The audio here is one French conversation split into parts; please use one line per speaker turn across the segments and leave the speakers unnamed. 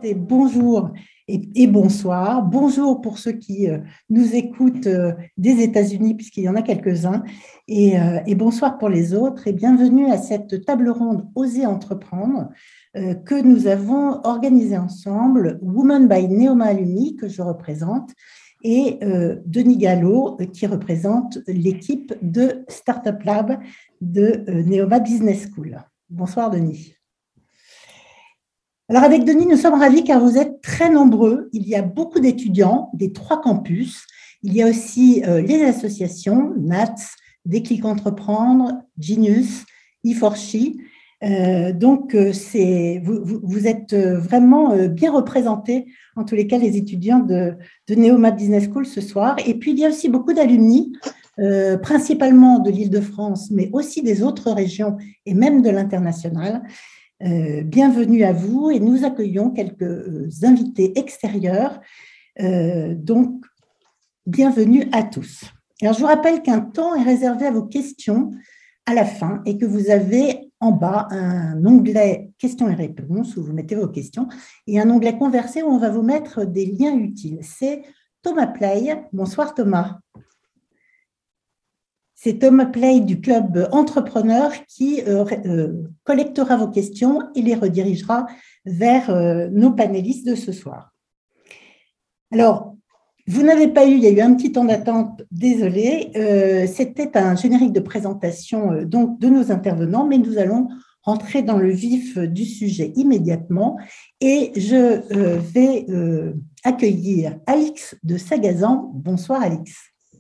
et bonjour et bonsoir. Bonjour pour ceux qui nous écoutent des États-Unis, puisqu'il y en a quelques-uns, et bonsoir pour les autres. Et bienvenue à cette table ronde Oser entreprendre que nous avons organisée ensemble, Women by Neoma Alumni, que je représente, et Denis Gallo, qui représente l'équipe de Startup Lab de Neoma Business School. Bonsoir Denis. Alors avec Denis, nous sommes ravis car vous êtes très nombreux. Il y a beaucoup d'étudiants des 3 campus. Il y a aussi les associations, NATS, Déclic Entreprendre, Genius, E4She. Donc, vous êtes vraiment bien représentés, en tous les cas, les étudiants de Neoma Business School ce soir. Et puis, il y a aussi beaucoup d'alumni, principalement de l'Île-de-France, mais aussi des autres régions et même de l'international. Bienvenue à vous et nous accueillons quelques invités extérieurs. Donc, bienvenue à tous. Alors, je vous rappelle qu'un temps est réservé à vos questions à la fin et que vous avez en bas un onglet questions et réponses où vous mettez vos questions et un onglet converser où on va vous mettre des liens utiles. C'est Thomas Play. Bonsoir Thomas. C'est Thomas Play du club entrepreneur qui collectera vos questions et les redirigera vers nos panélistes de ce soir. Alors, vous n'avez pas eu, il y a eu un petit temps d'attente, désolé. C'était un générique de présentation donc, de nos intervenants, mais nous allons rentrer dans le vif du sujet immédiatement. Et je vais accueillir Alix de Sagazan. Bonsoir Alix.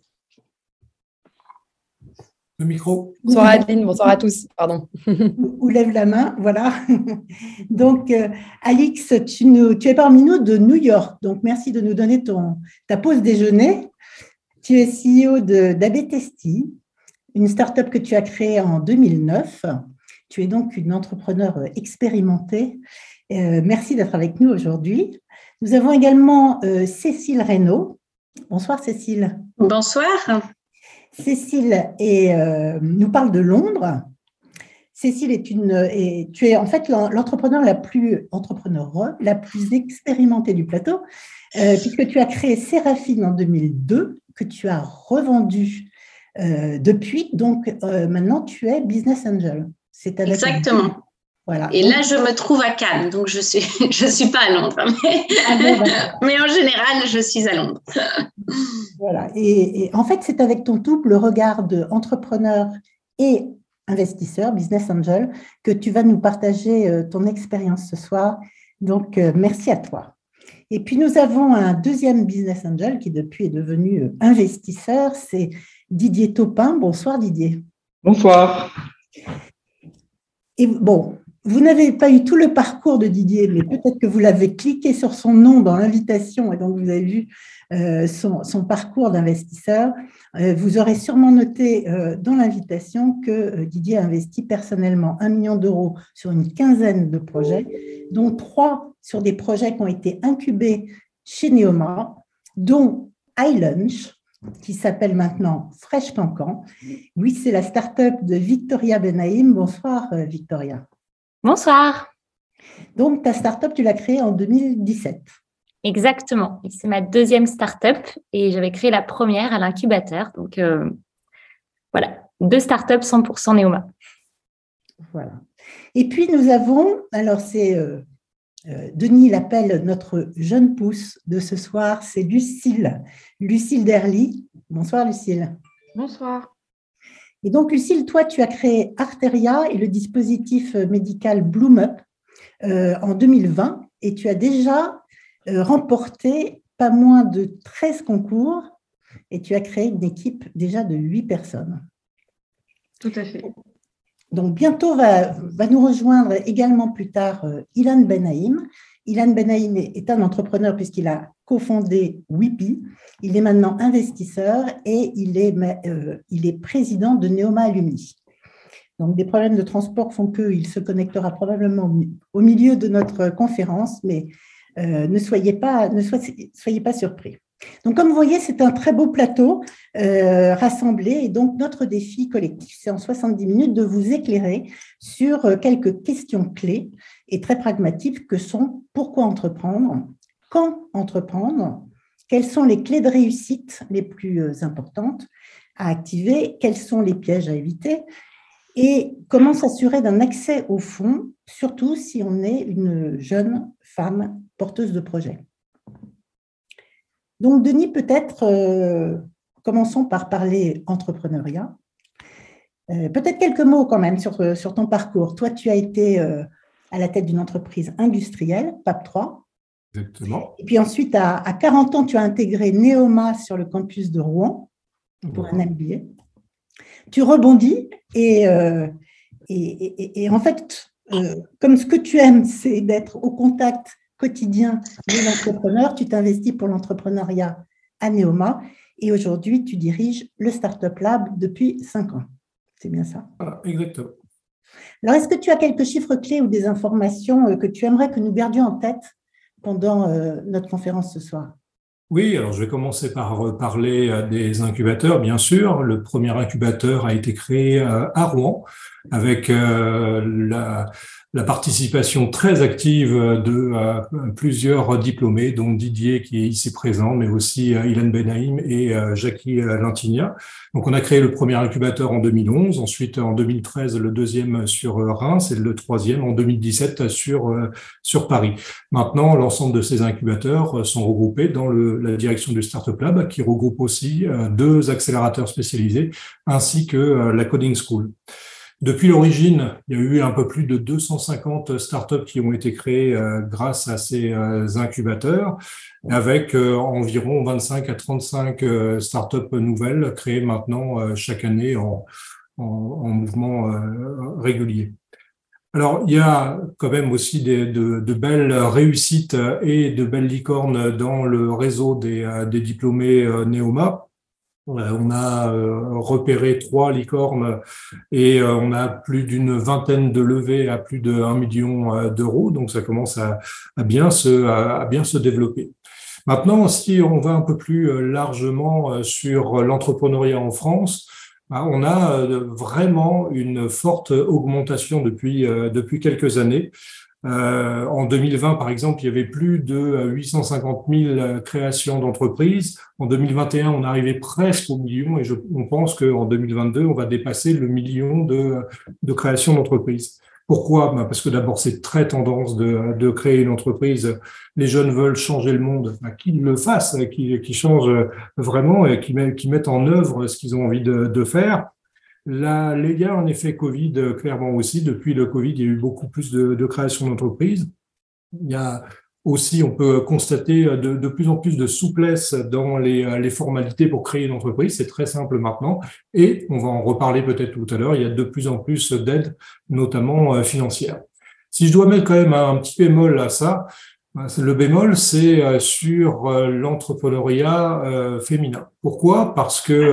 Le micro.
Bonsoir Adeline, bonsoir à tous. Pardon.
Ou lève la main, voilà. Donc, Alix, tu es parmi nous de New York. Donc, merci de nous donner ta pause déjeuner. Tu es CEO d'Abetesti, une start-up que tu as créée en 2009. Tu es donc une entrepreneure expérimentée. Merci d'être avec nous aujourd'hui. Nous avons également Cécile Reynaud. Bonsoir Cécile.
Bonsoir.
Cécile nous parle de Londres. Cécile tu es en fait l'entrepreneur la plus expérimentée du plateau, puisque tu as créé Séraphine en 2002, que tu as revendu depuis. Donc, maintenant, tu es Business Angel.
Exactement.
Voilà.
Et donc, là, je me trouve à Cannes, donc je suis pas à Londres, mais en général, je suis à Londres.
Voilà. Et en fait, c'est avec ton double regard d'entrepreneur et investisseur, business angel, que tu vas nous partager ton expérience ce soir. Donc, merci à toi. Et puis, nous avons un deuxième business angel qui, depuis, est devenu investisseur. C'est Didier Taupin. Bonsoir, Didier.
Bonsoir.
Et bon, vous n'avez pas eu tout le parcours de Didier, mais peut-être que vous l'avez cliqué sur son nom dans l'invitation et donc vous avez vu son parcours d'investisseur. Vous aurez sûrement noté dans l'invitation que Didier a investi personnellement 1 million d'euros sur une quinzaine de projets, dont 3 sur des projets qui ont été incubés chez Neoma, dont iLunch, qui s'appelle maintenant Fresh Cancan. Oui, c'est la start-up de Victoria Benaïm. Bonsoir Victoria.
Bonsoir.
Donc, ta start-up, tu l'as créée en 2017.
Exactement. C'est ma deuxième start-up et j'avais créé la première à l'incubateur. Donc, voilà, 2 start-up 100% Neoma.
Voilà. Et puis, nous avons, alors c'est, Denis l'appelle notre jeune pousse de ce soir, c'est Lucille Derly. Bonsoir Lucille.
Bonsoir.
Et donc, Lucille, toi, tu as créé Arteria et le dispositif médical BloomUp en 2020 et tu as déjà remporté pas moins de 13 concours et tu as créé une équipe déjà de 8 personnes.
Tout à fait.
Donc, bientôt va nous rejoindre également plus tard Ilan Benaïm. Ilan Benaïm est un entrepreneur puisqu'il a cofondé Whippy. Il est maintenant investisseur et il est président de Neoma Alumni. Donc, des problèmes de transport font qu'il se connectera probablement au milieu de notre conférence, mais ne soyez pas surpris. Donc, comme vous voyez, c'est un très beau plateau rassemblé. Et donc, notre défi collectif, c'est en 70 minutes de vous éclairer sur quelques questions clés et très pragmatiques que sont pourquoi entreprendre, quand entreprendre, quelles sont les clés de réussite les plus importantes à activer, quels sont les pièges à éviter et comment s'assurer d'un accès au fonds, surtout si on est une jeune femme porteuse de projet. Donc, Denis, peut-être commençons par parler entrepreneuriat. Peut-être quelques mots quand même sur ton parcours. Toi, tu as été à la tête d'une entreprise industrielle, PAP3.
Exactement.
Et puis ensuite, à 40 ans, tu as intégré Neoma sur le campus de Rouen pour un MBA. Tu rebondis et en fait, comme ce que tu aimes, c'est d'être au contact quotidien des entrepreneurs, tu t'investis pour l'entrepreneuriat à Neoma et aujourd'hui, tu diriges le Startup Lab depuis 5 ans. C'est bien ça?
Voilà, exactement.
Alors, est-ce que tu as quelques chiffres clés ou des informations que tu aimerais que nous gardions en tête pendant notre conférence ce soir?
Oui, alors je vais commencer par parler des incubateurs, bien sûr. Le premier incubateur a été créé à Rouen avec la participation très active de plusieurs diplômés, dont Didier qui est ici présent, mais aussi Ilan Benaïm et Jackie Lantigna. Donc on a créé le premier incubateur en 2011, ensuite en 2013 le deuxième sur Reims et le troisième en 2017 sur Paris. Maintenant, l'ensemble de ces incubateurs sont regroupés dans la direction du Startup Lab qui regroupe aussi 2 accélérateurs spécialisés ainsi que la Coding School. Depuis l'origine, il y a eu un peu plus de 250 startups qui ont été créées grâce à ces incubateurs, avec environ 25 à 35 startups nouvelles créées maintenant chaque année en mouvement régulier. Alors, il y a quand même aussi de belles réussites et de belles licornes dans le réseau des diplômés Neoma. On a repéré 3 licornes et on a plus d'une vingtaine de levées à plus de 1 million d'euros. Donc, ça commence à bien se développer. Maintenant, si on va un peu plus largement sur l'entrepreneuriat en France, on a vraiment une forte augmentation depuis quelques années. En 2020, par exemple, il y avait plus de 850 000 créations d'entreprises. En 2021, on arrivait presque au million et on pense qu'en 2022, on va dépasser le million de créations d'entreprises. Pourquoi? Parce que d'abord, c'est très tendance de créer une entreprise. Les jeunes veulent changer le monde, qu'ils le fassent, qu'ils changent vraiment et qu'ils mettent en œuvre ce qu'ils ont envie de faire. Là, il y a un effet Covid, clairement aussi. Depuis le Covid, il y a eu beaucoup plus de création d'entreprises. Il y a aussi, on peut constater de plus en plus de souplesse dans les formalités pour créer une entreprise. C'est très simple maintenant. Et on va en reparler peut-être tout à l'heure. Il y a de plus en plus d'aides, notamment financières. Si je dois mettre quand même un petit bémol à ça, le bémol, c'est sur l'entrepreneuriat féminin. Pourquoi? Parce que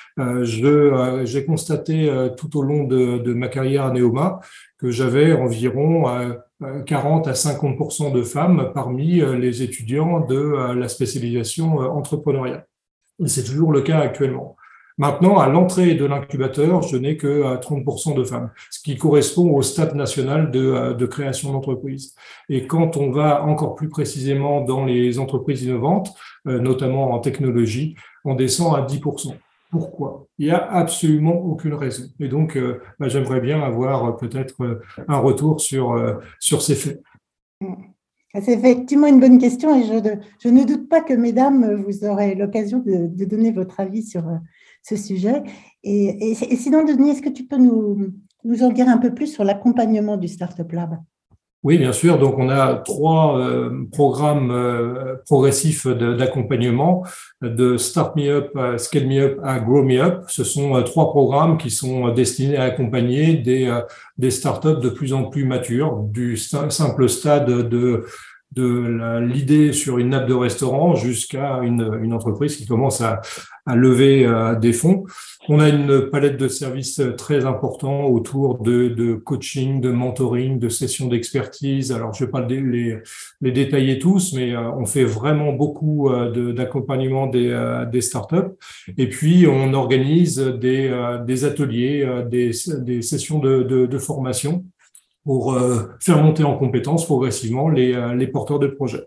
j'ai constaté tout au long de ma carrière à Neoma que j'avais environ 40 à 50% de femmes parmi les étudiants de la spécialisation entrepreneuriat. Et c'est toujours le cas actuellement. Maintenant, à l'entrée de l'incubateur, je n'ai que 30% de femmes, ce qui correspond au stade national de création d'entreprise. Et quand on va encore plus précisément dans les entreprises innovantes, notamment en technologie, on descend à 10%. Pourquoi? Il n'y a absolument aucune raison. Et donc, j'aimerais bien avoir peut-être un retour sur ces faits.
C'est effectivement une bonne question et je ne doute pas que, mesdames, vous aurez l'occasion de donner votre avis sur ce sujet. Et sinon, Denis, est-ce que tu peux nous en dire un peu plus sur l'accompagnement du Startup Lab?
Oui, bien sûr. Donc, on a 3 programmes progressifs d'accompagnement, de Start Me Up, Scale Me Up à Grow Me Up. Ce sont 3 programmes qui sont destinés à accompagner des startups de plus en plus matures, du simple stade de l'idée sur une nappe de restaurant jusqu'à une entreprise qui commence à lever des fonds. On a une palette de services très importants autour de coaching, de mentoring, de sessions d'expertise. Alors, je ne vais pas les détailler tous, mais on fait vraiment beaucoup d'accompagnement des startups. Et puis, on organise des ateliers, des sessions de formation pour faire monter en compétences progressivement les porteurs de projets.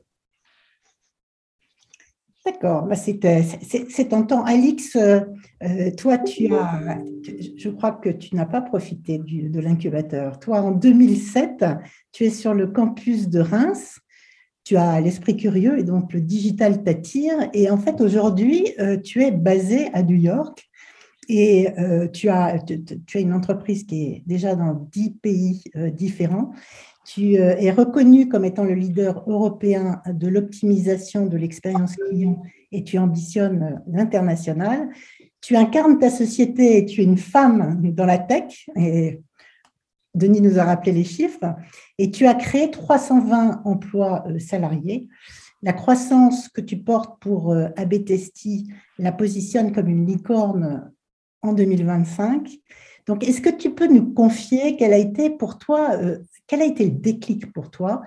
D'accord, c'est tentant. Alix, toi, je crois que tu n'as pas profité de l'incubateur. Toi, en 2007, tu es sur le campus de Reims. Tu as l'esprit curieux et donc le digital t'attire. Et en fait, aujourd'hui, tu es basé à New York et tu as une entreprise qui est déjà dans 10 pays différents. Tu es reconnu comme étant le leader européen de l'optimisation de l'expérience client et tu ambitionnes l'international. Tu incarnes ta société et tu es une femme dans la tech. Et Denis nous a rappelé les chiffres. Et tu as créé 320 emplois salariés. La croissance que tu portes pour AB Testi la positionne comme une licorne en 2025. Donc, est-ce que tu peux nous confier quel a été pour toi, quel a été le déclic pour toi?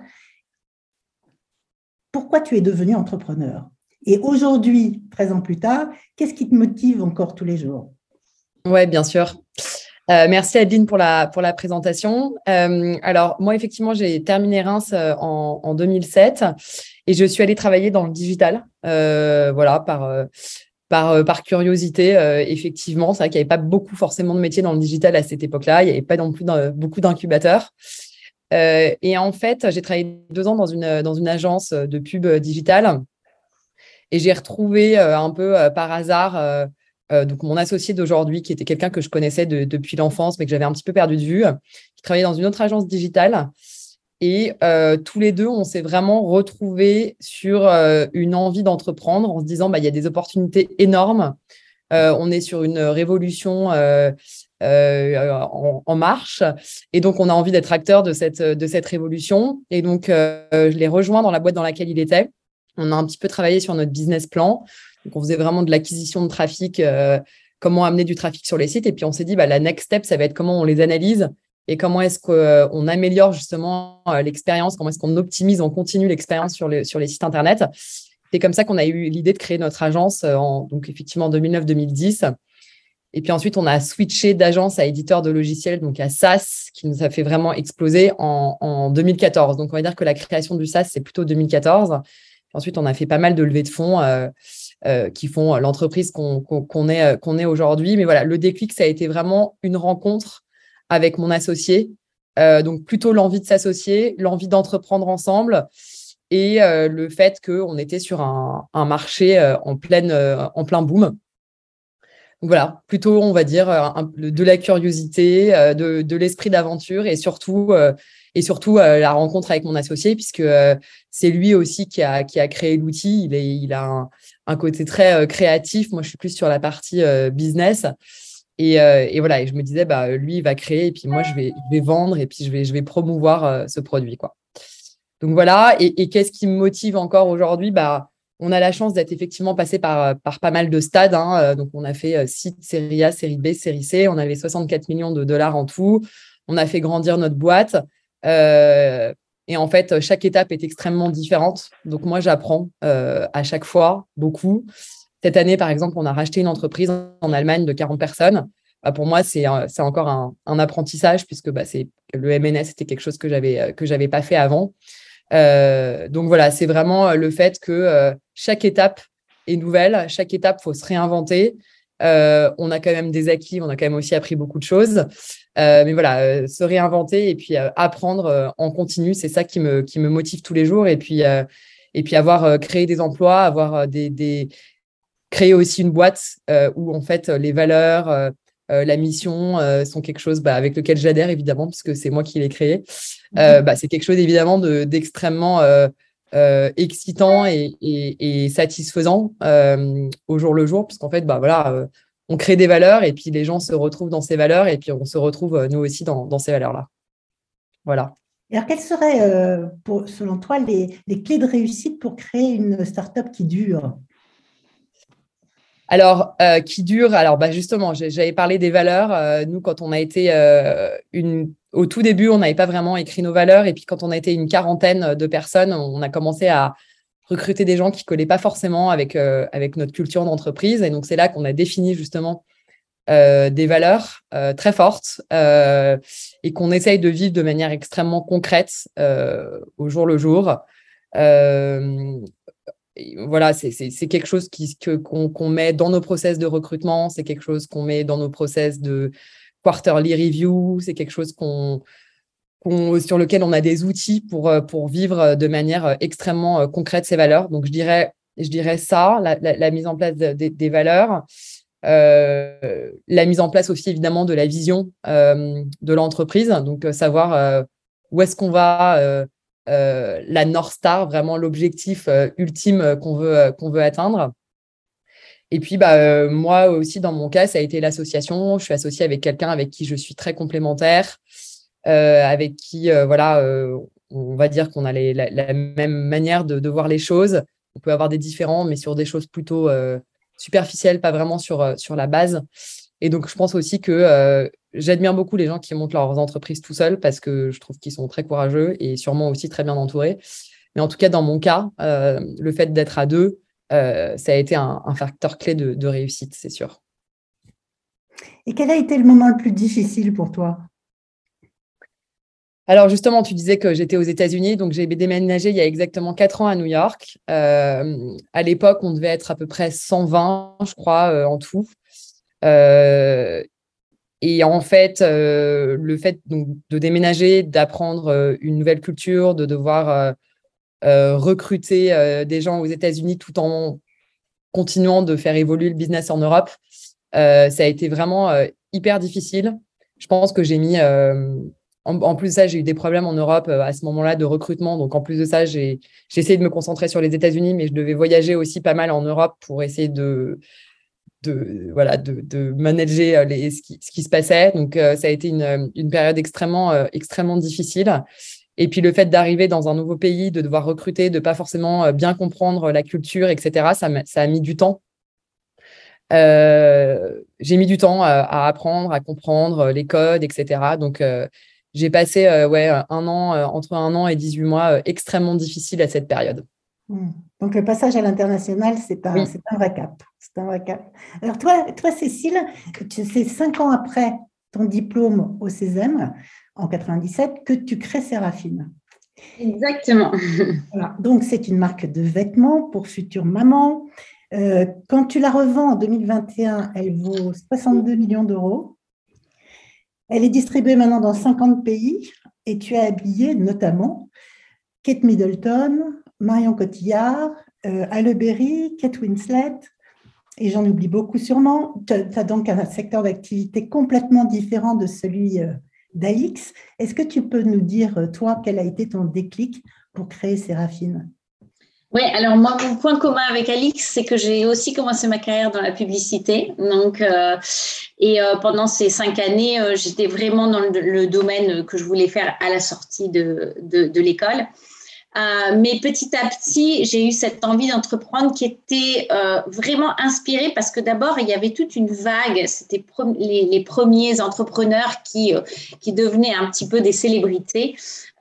Pourquoi tu es devenu entrepreneur? Et aujourd'hui, 13 ans plus tard, qu'est-ce qui te motive encore tous les jours?
Oui, bien sûr. Merci Adeline pour la présentation. Alors, moi, effectivement, j'ai terminé Reims en 2007 et je suis allée travailler dans le digital, voilà, par curiosité, effectivement. C'est vrai qu'il n'y avait pas beaucoup forcément de métiers dans le digital à cette époque-là. Il n'y avait pas non plus beaucoup d'incubateurs. Et en fait, j'ai travaillé 2 ans dans une agence de pub digitale et j'ai retrouvé un peu par hasard donc mon associé d'aujourd'hui, qui était quelqu'un que je connaissais depuis l'enfance, mais que j'avais un petit peu perdu de vue, qui travaillait dans une autre agence digitale. Et tous les deux, on s'est vraiment retrouvés sur une envie d'entreprendre en se disant, il y a des opportunités énormes. On est sur une révolution en marche. Et donc, on a envie d'être acteur de cette révolution. Et donc, je l'ai rejoint dans la boîte dans laquelle il était. On a un petit peu travaillé sur notre business plan. Donc, on faisait vraiment de l'acquisition de trafic, comment amener du trafic sur les sites. Et puis, on s'est dit, la next step, ça va être comment on les analyse et comment est-ce qu'on améliore justement l'expérience, comment est-ce qu'on optimise, on continue l'expérience sur les sites Internet. C'est comme ça qu'on a eu l'idée de créer notre agence, donc effectivement en 2009-2010. Et puis ensuite, on a switché d'agence à éditeur de logiciels, donc à SaaS, qui nous a fait vraiment exploser en 2014. Donc, on va dire que la création du SaaS, c'est plutôt 2014. Ensuite, on a fait pas mal de levées de fonds qui font l'entreprise qu'on est aujourd'hui. Mais voilà, le déclic, ça a été vraiment une rencontre avec mon associé. Donc, plutôt l'envie de s'associer, l'envie d'entreprendre ensemble et le fait qu'on était sur un marché en plein boom. Donc voilà, plutôt, on va dire, de la curiosité, de l'esprit d'aventure et surtout la rencontre avec mon associé, puisque c'est lui aussi qui a créé l'outil. Il a un côté très créatif. Moi, je suis plus sur la partie business. Et voilà, et je me disais, lui, il va créer et puis moi, je vais vendre et puis je vais promouvoir ce produit, quoi. Donc voilà, et qu'est-ce qui me motive encore aujourd'hui? On a la chance d'être effectivement passé par pas mal de stades. Donc, on a fait série A, série B, série C. On avait 64 millions de dollars en tout. On a fait grandir notre boîte. Et en fait, chaque étape est extrêmement différente. Donc, moi, j'apprends à chaque fois beaucoup. Cette année, par exemple, on a racheté une entreprise en Allemagne de 40 personnes. Pour moi, c'est encore un apprentissage puisque le M&A, c'était quelque chose que j'avais pas fait avant. Donc voilà, c'est vraiment le fait que chaque étape est nouvelle, chaque étape, faut se réinventer. On a quand même des acquis, on a quand même aussi appris beaucoup de choses. Mais voilà, se réinventer et puis apprendre en continu, c'est ça qui me motive tous les jours. Et puis avoir créé des emplois, avoir créer aussi une boîte où en fait les valeurs, la mission sont quelque chose avec lequel j'adhère évidemment puisque c'est moi qui l'ai créé. C'est quelque chose évidemment d'extrêmement excitant et satisfaisant au jour le jour puisqu'en fait on crée des valeurs et puis les gens se retrouvent dans ces valeurs et puis on se retrouve nous aussi dans ces valeurs-là. Voilà.
Alors, quelles seraient, selon toi, les clés de réussite pour créer une start-up qui dure?
Alors, qui dure. Alors, justement, j'avais parlé des valeurs. Nous, quand on a été au tout début, on n'avait pas vraiment écrit nos valeurs. Et puis, quand on a été une quarantaine de personnes, on a commencé à recruter des gens qui ne collaient pas forcément avec notre culture d'entreprise. Et donc, c'est là qu'on a défini justement des valeurs très fortes et qu'on essaye de vivre de manière extrêmement concrète au jour le jour. Voilà, c'est quelque chose qu'on met dans nos process de recrutement, c'est quelque chose qu'on met dans nos process de quarterly review, c'est quelque chose sur lequel on a des outils pour vivre de manière extrêmement concrète ces valeurs. Donc, je dirais ça, la mise en place des valeurs, la mise en place aussi évidemment de la vision de l'entreprise, donc savoir où est-ce qu'on va, la North Star, vraiment l'objectif ultime qu'on veut atteindre. Et puis, moi aussi, dans mon cas, ça a été l'association. Je suis associée avec quelqu'un avec qui je suis très complémentaire, avec qui, on va dire qu'on a la même manière de voir les choses. On peut avoir des différends, mais sur des choses plutôt superficielles, pas vraiment sur la base. Et donc, je pense aussi que j'admire beaucoup les gens qui montent leurs entreprises tout seuls parce que je trouve qu'ils sont très courageux et sûrement aussi très bien entourés. Mais en tout cas, dans mon cas, le fait d'être à deux, ça a été un facteur clé de réussite, c'est sûr.
Et quel a été le moment le plus difficile pour toi ?
Alors justement, tu disais que j'étais aux États-Unis, donc j'ai déménagé il y a exactement 4 ans à New York. À l'époque, on devait être à peu près 120, je crois, en tout. Et en fait, le fait donc, de déménager, d'apprendre une nouvelle culture, de devoir recruter des gens aux États-Unis tout en continuant de faire évoluer le business en Europe, ça a été vraiment hyper difficile. Je pense que j'ai mis... En plus de ça, j'ai eu des problèmes en Europe à ce moment-là de recrutement. Donc, en plus de ça, j'ai essayé de me concentrer sur les États-Unis, mais je devais voyager aussi pas mal en Europe pour essayer de manager ce qui se passait. Donc, ça a été une période extrêmement difficile. Et puis, le fait d'arriver dans un nouveau pays, de devoir recruter, de ne pas forcément bien comprendre la culture, etc., ça a mis du temps. J'ai mis du temps à apprendre, à comprendre les codes, etc. Donc, j'ai passé un an, entre 1 an et 18 mois extrêmement difficile à cette période.
Donc, le passage à l'international, c'est un vrai cap. C'est un vrai cap. Alors, toi, Cécile, c'est 5 ans après ton diplôme au Césem, en 97, que tu crées Séraphine.
Exactement.
Voilà. Donc, c'est une marque de vêtements pour futures mamans. Quand tu la revends en 2021, elle vaut 62 millions d'euros. Elle est distribuée maintenant dans 50 pays et tu as habillé notamment Kate Middleton, Marion Cotillard, Halle Berry, Kate Winslet, et j'en oublie beaucoup sûrement. Tu as donc un secteur d'activité complètement différent de celui d'Alix. Est-ce que tu peux nous dire, toi, quel a été ton déclic pour créer Séraphine ?
Oui, alors moi, mon point commun avec Alix, c'est que j'ai aussi commencé ma carrière dans la publicité. Donc, pendant ces 5 années, j'étais vraiment dans le domaine que je voulais faire à la sortie de l'école. Mais petit à petit, j'ai eu cette envie d'entreprendre qui était vraiment inspirée parce que d'abord, il y avait toute une vague. C'était les premiers entrepreneurs qui devenaient un petit peu des célébrités.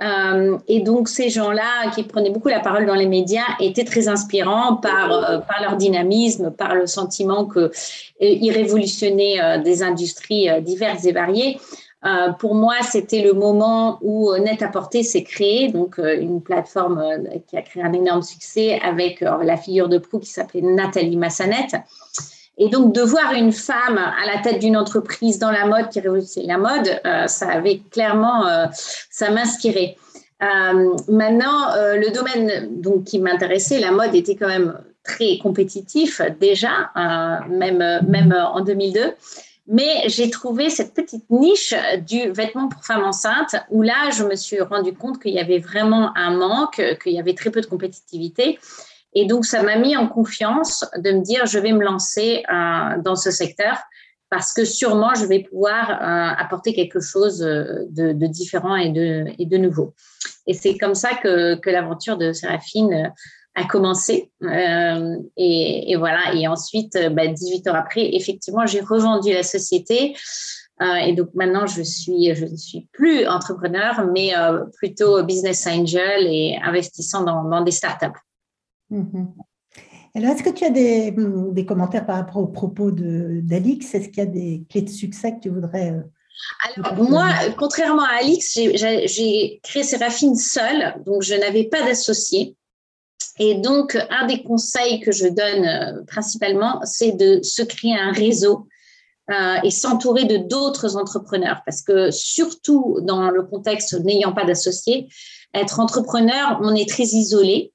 Et donc, ces gens-là qui prenaient beaucoup la parole dans les médias étaient très inspirants par leur dynamisme, par le sentiment qu'ils révolutionnaient des industries diverses et variées. Pour moi, c'était le moment où Net-à-Porter s'est créé, donc une plateforme qui a créé un énorme succès avec la figure de proue qui s'appelait Nathalie Massanet. Et donc, de voir une femme à la tête d'une entreprise dans la mode qui révolutionnait la mode, ça avait clairement, ça m'inspirait. Maintenant, le domaine donc, qui m'intéressait, la mode, était quand même très compétitif déjà, même en 2002. Mais j'ai trouvé cette petite niche du vêtement pour femmes enceintes où là, je me suis rendu compte qu'il y avait vraiment un manque, qu'il y avait très peu de compétitivité. Et donc, ça m'a mis en confiance de me dire, je vais me lancer dans ce secteur parce que sûrement, je vais pouvoir apporter quelque chose de différent et de nouveau. Et c'est comme ça que l'aventure de Séraphine à commencer. Et voilà. Et ensuite, 18 ans après, effectivement, j'ai revendu la société. Et donc maintenant, je ne suis plus entrepreneur, mais plutôt business angel et investissant dans des startups.
Alors, est-ce que tu as des commentaires par rapport aux propos d'Alix? Est-ce qu'il y a des clés de succès que tu voudrais
Alors, moi, contrairement à Alix, j'ai créé Séraphine seule, donc je n'avais pas d'associé. Et donc, un des conseils que je donne principalement, c'est de se créer un réseau et s'entourer de d'autres entrepreneurs. Parce que surtout dans le contexte n'ayant pas d'associé, être entrepreneur, on est très isolé.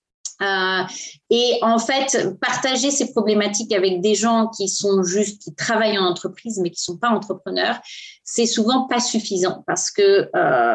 Et en fait, partager ces problématiques avec des gens qui travaillent en entreprise, mais qui ne sont pas entrepreneurs, c'est souvent pas suffisant parce que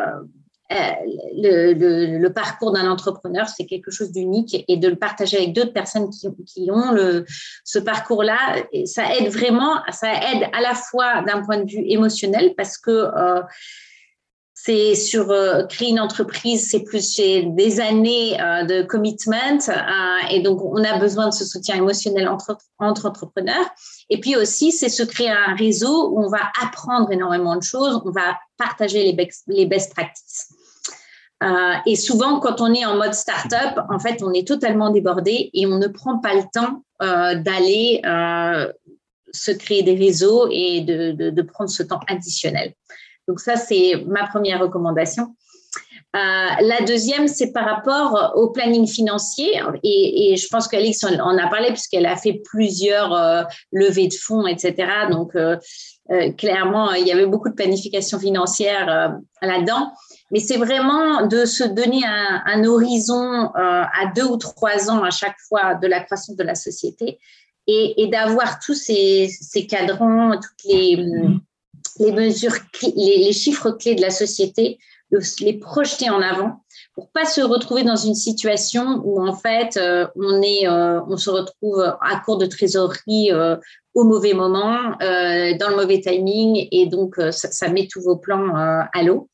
le parcours d'un entrepreneur, c'est quelque chose d'unique et de le partager avec d'autres personnes qui ont ce parcours-là, ça aide vraiment, ça aide à la fois d'un point de vue émotionnel parce que c'est créer une entreprise, c'est des années de commitment et donc on a besoin de ce soutien émotionnel entre entrepreneurs. Et puis aussi, c'est se créer un réseau où on va apprendre énormément de choses, on va partager les best practices. Et souvent, quand on est en mode start-up, en fait, on est totalement débordé et on ne prend pas le temps d'aller se créer des réseaux et de prendre ce temps additionnel. Donc ça, c'est ma première recommandation. La deuxième, c'est par rapport au planning financier. Et je pense qu'Alix en a parlé puisqu'elle a fait plusieurs levées de fonds, etc. Donc, clairement, il y avait beaucoup de planification financière là-dedans. Mais c'est vraiment de se donner un horizon à 2 ou 3 ans à chaque fois de la croissance de la société et d'avoir tous ces cadrans, toutes les mesures, les chiffres clés de la société, de les projeter en avant pour pas se retrouver dans une situation où en fait on se retrouve à court de trésorerie au mauvais moment, dans le mauvais timing et donc ça met tous vos plans à l'eau.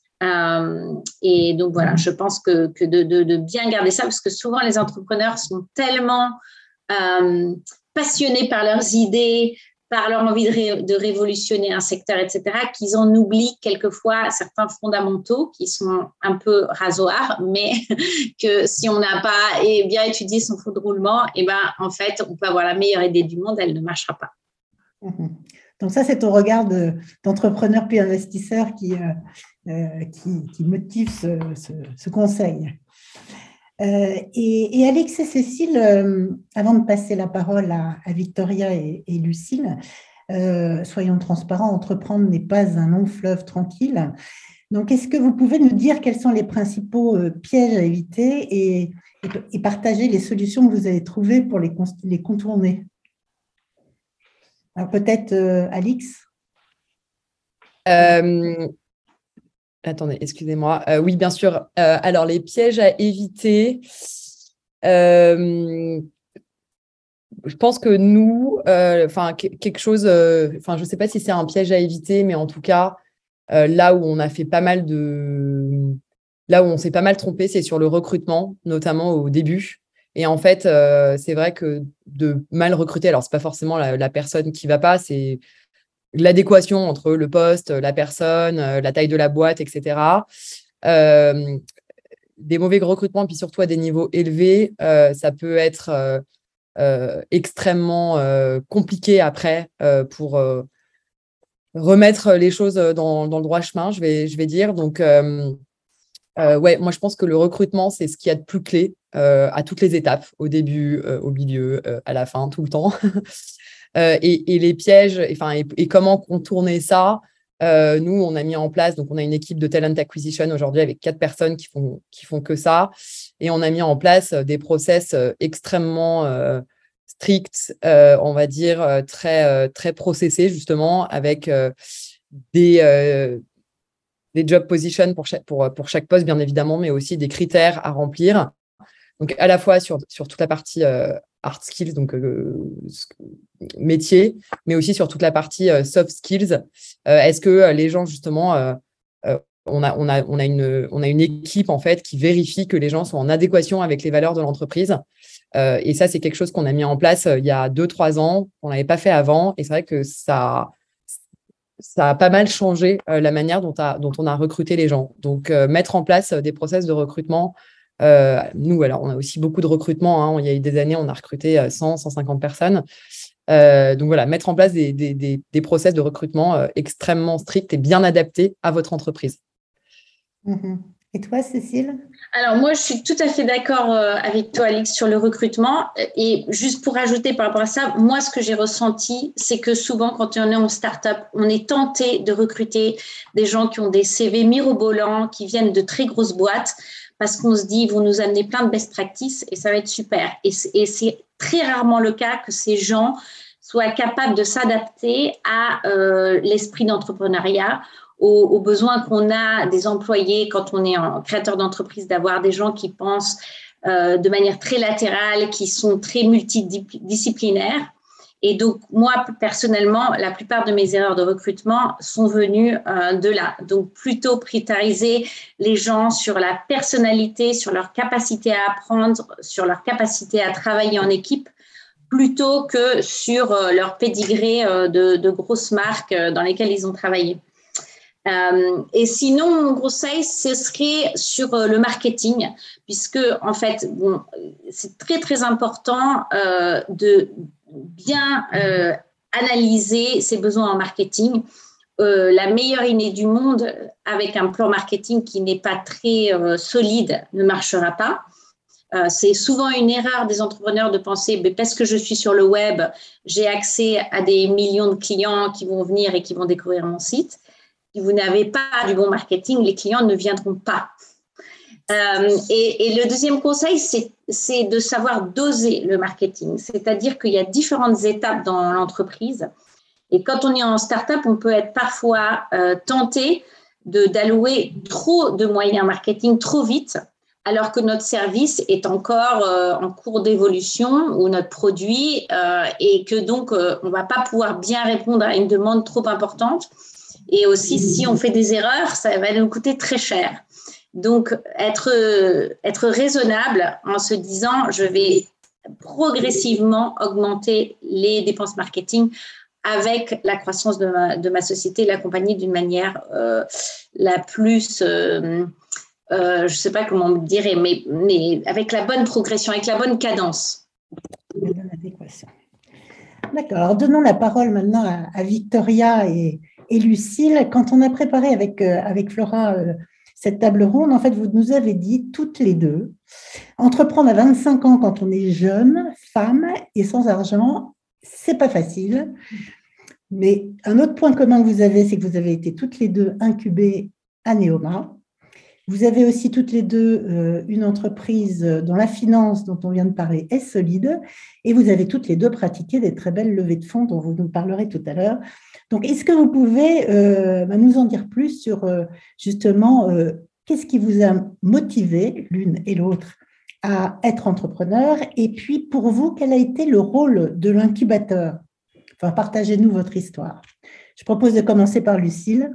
Et donc voilà, je pense que de bien garder ça parce que souvent les entrepreneurs sont tellement passionnés par leurs idées, par leur envie de révolutionner un secteur, etc., qu'ils en oublient quelquefois certains fondamentaux qui sont un peu rasoirs, mais que si on n'a pas bien étudié son flot de roulement, en fait, on peut avoir la meilleure idée du monde, elle ne marchera pas.
Donc ça, c'est ton regard d'entrepreneur puis investisseur qui motive ce conseil. Et Alix et Cécile, avant de passer la parole à Victoria et Lucille, soyons transparents, entreprendre n'est pas un long fleuve tranquille. Donc, est-ce que vous pouvez nous dire quels sont les principaux pièges à éviter et partager les solutions que vous avez trouvées pour les contourner? Alors, peut-être Alix?
Attendez, excusez-moi. Oui, bien sûr. Alors, les pièges à éviter, je pense que nous, quelque chose, je ne sais pas si c'est un piège à éviter, mais en tout cas, là où on s'est pas mal trompé, c'est sur le recrutement, notamment au début. Et en fait, c'est vrai que de mal recruter, alors ce n'est pas forcément la personne qui ne va pas, c'est l'adéquation entre le poste, la personne, la taille de la boîte, etc. Des mauvais recrutements, puis surtout à des niveaux élevés, ça peut être extrêmement compliqué après pour remettre les choses dans le droit chemin, je vais dire. Donc, moi, je pense que le recrutement, c'est ce qu'il y a de plus clé à toutes les étapes, au début, au milieu, à la fin, tout le temps. Et les pièges, et comment contourner ça. Nous, on a mis en place, donc on a une équipe de talent acquisition aujourd'hui avec 4 personnes qui font que ça. Et on a mis en place des process extrêmement stricts, on va dire, très, très processés, justement, avec des job positions pour chaque poste, bien évidemment, mais aussi des critères à remplir. Donc, à la fois sur toute la partie hard skills, donc métier, mais aussi sur toute la partie soft skills. Est-ce que les gens, justement, on a une équipe en fait qui vérifie que les gens sont en adéquation avec les valeurs de l'entreprise. Et ça, c'est quelque chose qu'on a mis en place il y a 2-3 ans, qu'on n'avait pas fait avant. Et c'est vrai que ça a pas mal changé la manière dont on a recruté les gens. Donc, mettre en place des process de recrutement. Nous, alors, on a aussi beaucoup de recrutement. Hein. Il y a eu des années, on a recruté 100-150 personnes. Donc voilà, mettre en place des process de recrutement extrêmement stricts et bien adaptés à votre entreprise.
Et toi, Cécile?
Alors moi, je suis tout à fait d'accord avec toi, Alix, sur le recrutement. Et juste pour ajouter par rapport à ça, moi, ce que j'ai ressenti, c'est que souvent, quand on est en start-up, on est tenté de recruter des gens qui ont des CV mirobolants, qui viennent de très grosses boîtes, parce qu'on se dit, ils vont nous amener plein de best practices et ça va être super. Et c'est très rarement le cas que ces gens soient capables de s'adapter à l'esprit d'entrepreneuriat, aux besoins qu'on a des employés quand on est en créateur d'entreprise, d'avoir des gens qui pensent de manière très latérale, qui sont très multidisciplinaires. Et donc, moi, personnellement, la plupart de mes erreurs de recrutement sont venues de là. Donc, plutôt prioriser les gens sur la personnalité, sur leur capacité à apprendre, sur leur capacité à travailler en équipe, plutôt que sur leur pédigré de grosses marques dans lesquelles ils ont travaillé. Et sinon, mon conseil, ce serait sur le marketing, puisque, en fait, bon, c'est très, très important de bien analyser ses besoins en marketing. La meilleure idée du monde avec un plan marketing qui n'est pas très solide ne marchera pas. C'est souvent une erreur des entrepreneurs de penser parce que je suis sur le web, j'ai accès à des millions de clients qui vont venir et qui vont découvrir mon site. Si vous n'avez pas du bon marketing, les clients ne viendront pas. Et le deuxième conseil, c'est de savoir doser le marketing. C'est-à-dire qu'il y a différentes étapes dans l'entreprise. Et quand on est en start-up, on peut être parfois tenté d'allouer trop de moyens marketing trop vite, alors que notre service est encore en cours d'évolution ou notre produit, et que donc on ne va pas pouvoir bien répondre à une demande trop importante. Et aussi, si on fait des erreurs, ça va nous coûter très cher. Donc, être raisonnable en se disant, je vais progressivement augmenter les dépenses marketing avec la croissance de ma société, l'accompagner d'une manière la plus, je ne sais pas comment on dirait, mais avec la bonne progression, avec la bonne cadence.
La bonne adéquation. D'accord. Alors, donnons la parole maintenant à Victoria et Lucille. Quand on a préparé avec Flora cette table ronde, en fait, vous nous avez dit toutes les deux, entreprendre à 25 ans quand on est jeune, femme et sans argent, c'est pas facile. Mais un autre point commun que vous avez, c'est que vous avez été toutes les deux incubées à Neoma. Vous avez aussi toutes les deux une entreprise dont la finance dont on vient de parler est solide et vous avez toutes les deux pratiqué des très belles levées de fonds dont vous nous parlerez tout à l'heure. Donc, est-ce que vous pouvez nous en dire plus sur justement qu'est-ce qui vous a motivé l'une et l'autre à être entrepreneur et puis pour vous, quel a été le rôle de l'incubateur? Enfin, partagez-nous votre histoire. Je propose de commencer par Lucille.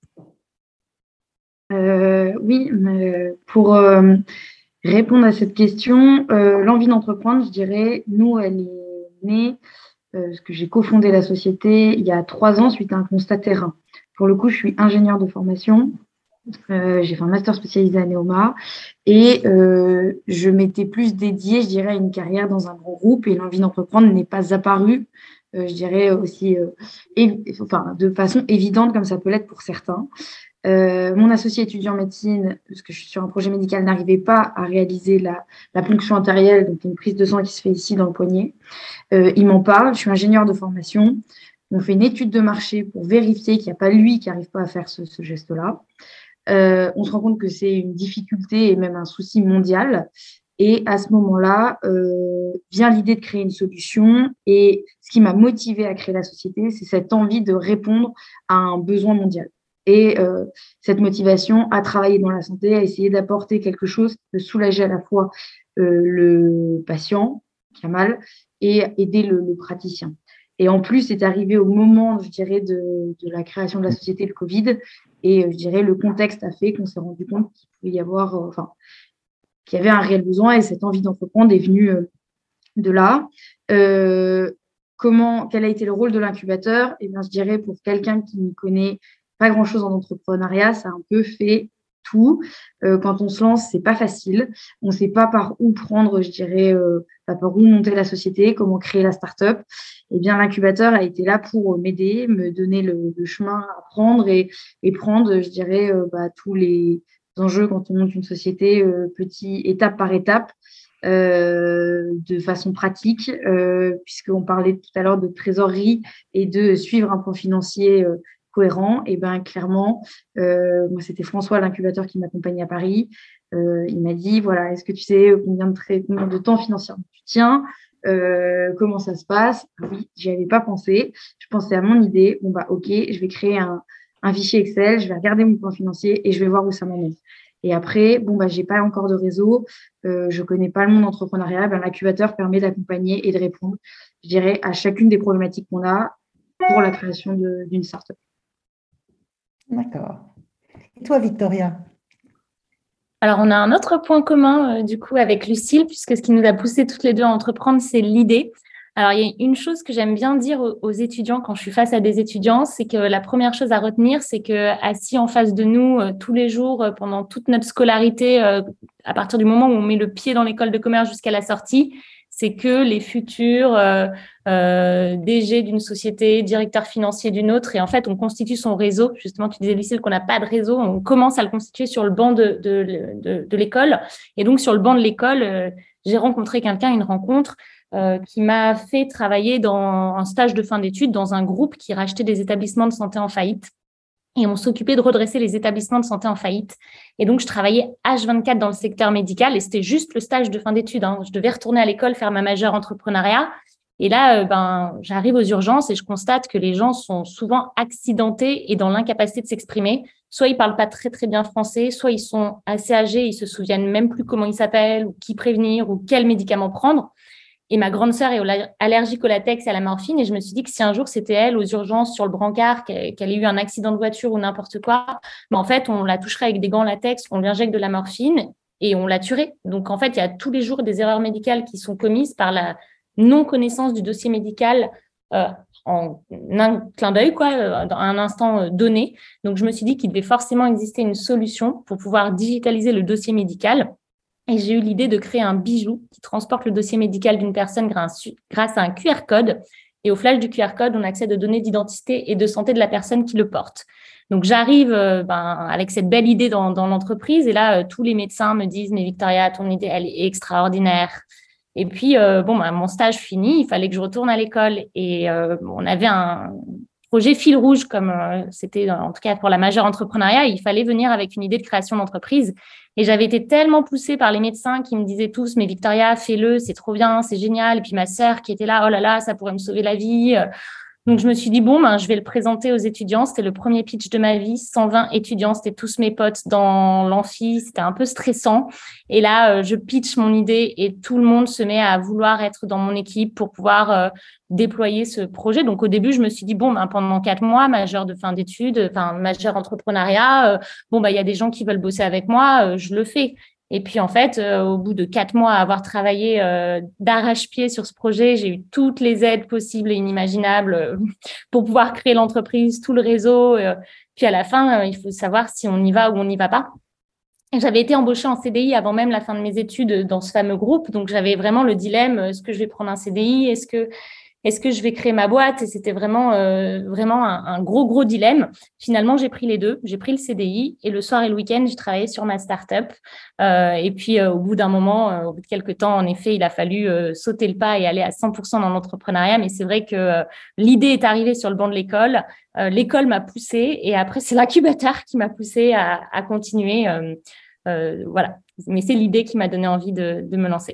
Oui, pour répondre à cette question, l'envie d'entreprendre, je dirais, nous, elle est née, parce que j'ai cofondé la société il y a 3 ans suite à un constat terrain. Pour le coup, je suis ingénieure de formation, j'ai fait un master spécialisé à Neoma et je m'étais plus dédiée, je dirais, à une carrière dans un grand groupe et l'envie d'entreprendre n'est pas apparue, je dirais aussi, de façon évidente comme ça peut l'être pour certains. Mon associé étudiant en médecine, parce que je suis sur un projet médical, n'arrivait pas à réaliser la ponction artérielle, donc une prise de sang qui se fait ici dans le poignet. Il m'en parle, je suis ingénieure de formation. On fait une étude de marché pour vérifier qu'il n'y a pas lui qui n'arrive pas à faire ce geste-là. On se rend compte que c'est une difficulté et même un souci mondial. Et à ce moment-là, vient l'idée de créer une solution. Et ce qui m'a motivée à créer la société, c'est cette envie de répondre à un besoin mondial. Et cette motivation à travailler dans la santé, à essayer d'apporter quelque chose qui peut soulager à la fois le patient qui a mal et aider le praticien. Et en plus, c'est arrivé au moment, je dirais, de la création de la société, le Covid. Et je dirais, le contexte a fait qu'on s'est rendu compte qu'il pouvait y avoir, qu'il y avait un réel besoin et cette envie d'entreprendre est venue de là. Quel a été le rôle de l'incubateur? Eh bien, je dirais, pour quelqu'un qui ne connaît pas grand-chose en entrepreneuriat, ça a un peu fait tout. Quand on se lance, c'est pas facile. On ne sait pas par où prendre, je dirais, par où monter la société, comment créer la start-up. Eh bien, l'incubateur a été là pour m'aider, me donner le chemin à prendre et prendre, je dirais, tous les enjeux quand on monte une société, étape par étape, de façon pratique, puisqu'on parlait tout à l'heure de trésorerie et de suivre un plan financier cohérent. Et bien, clairement, moi, c'était François, l'incubateur, qui m'accompagnait à Paris. Il m'a dit, voilà, est-ce que tu sais combien de temps financièrement tu tiens? Comment ça se passe? Oui, j'y avais pas pensé. Je pensais à mon idée. Bon, ok, je vais créer un fichier Excel, je vais regarder mon plan financier et je vais voir où ça m'emmène. Et après, j'ai pas encore de réseau, je connais pas le monde entrepreneurial. L'incubateur permet d'accompagner et de répondre, je dirais, à chacune des problématiques qu'on a pour la création d'une start-up.
D'accord. Et toi, Victoria?
Alors, on a un autre point commun, du coup, avec Lucille, puisque ce qui nous a poussé toutes les deux à entreprendre, c'est l'idée. Alors, il y a une chose que j'aime bien dire aux étudiants quand je suis face à des étudiants, c'est que la première chose à retenir, c'est que assis en face de nous tous les jours, pendant toute notre scolarité, à partir du moment où on met le pied dans l'école de commerce jusqu'à la sortie, c'est que les futurs DG d'une société, directeur financier d'une autre, et en fait, on constitue son réseau. Justement, tu disais, Lucille, qu'on n'a pas de réseau, on commence à le constituer sur le banc de l'école. Et donc, sur le banc de l'école, j'ai rencontré une rencontre qui m'a fait travailler dans un stage de fin d'études dans un groupe qui rachetait des établissements de santé en faillite. Et on s'occupait de redresser les établissements de santé en faillite. Et donc, je travaillais H24 dans le secteur médical et c'était juste le stage de fin d'études. Je devais retourner à l'école, faire ma majeure entrepreneuriat. Et là, j'arrive aux urgences et je constate que les gens sont souvent accidentés et dans l'incapacité de s'exprimer. Soit ils parlent pas très, très bien français, soit ils sont assez âgés, ils se souviennent même plus comment ils s'appellent ou qui prévenir ou quel médicament prendre. Et ma grande sœur est allergique au latex et à la morphine. Et je me suis dit que si un jour c'était elle aux urgences sur le brancard, qu'elle ait eu un accident de voiture ou n'importe quoi, en fait, on la toucherait avec des gants latex, on lui injecte de la morphine et on la tuerait. Donc, en fait, il y a tous les jours des erreurs médicales qui sont commises par la non-connaissance du dossier médical en un clin d'œil, dans un instant donné. Donc, je me suis dit qu'il devait forcément exister une solution pour pouvoir digitaliser le dossier médical. Et j'ai eu l'idée de créer un bijou qui transporte le dossier médical d'une personne grâce à un QR code. Et au flash du QR code, on accède aux données d'identité et de santé de la personne qui le porte. Donc, j'arrive avec cette belle idée dans l'entreprise. Et là, tous les médecins me disent « Mais Victoria, ton idée, elle est extraordinaire. » Et puis, mon stage fini, il fallait que je retourne à l'école. Et on avait un projet fil rouge, comme c'était en tout cas pour la majeure entrepreneuriat. Il fallait venir avec une idée de création d'entreprise. Et j'avais été tellement poussée par les médecins qui me disaient tous « Mais Victoria, fais-le, c'est trop bien, c'est génial. » Et puis ma sœur qui était là « Oh là là, ça pourrait me sauver la vie. » Donc, je me suis dit, je vais le présenter aux étudiants. C'était le premier pitch de ma vie. 120 étudiants, c'était tous mes potes dans l'amphi. C'était un peu stressant. Et là, je pitch mon idée et tout le monde se met à vouloir être dans mon équipe pour pouvoir déployer ce projet. Donc, au début, je me suis dit, pendant 4 mois, majeure de fin d'études, majeure entrepreneuriat, il y a des gens qui veulent bosser avec moi, je le fais. Et puis, en fait, au bout de 4 mois à avoir travaillé d'arrache-pied sur ce projet, j'ai eu toutes les aides possibles et inimaginables pour pouvoir créer l'entreprise, tout le réseau. Puis, à la fin, il faut savoir si on y va ou on n'y va pas. Et j'avais été embauchée en CDI avant même la fin de mes études dans ce fameux groupe. Donc, j'avais vraiment le dilemme, est-ce que je vais prendre un CDI? Est-ce que je vais créer ma boîte? Et c'était vraiment un gros dilemme. Finalement, j'ai pris les deux. J'ai pris le CDI et le soir et le week-end, j'ai travaillé sur ma start-up. Et puis, au bout d'un moment, au bout de quelques temps, en effet, il a fallu sauter le pas et aller à 100% dans l'entrepreneuriat. Mais c'est vrai que l'idée est arrivée sur le banc de l'école. L'école m'a poussée et après, c'est l'incubateur qui m'a poussée à continuer. Voilà. Mais c'est l'idée qui m'a donné envie de me lancer.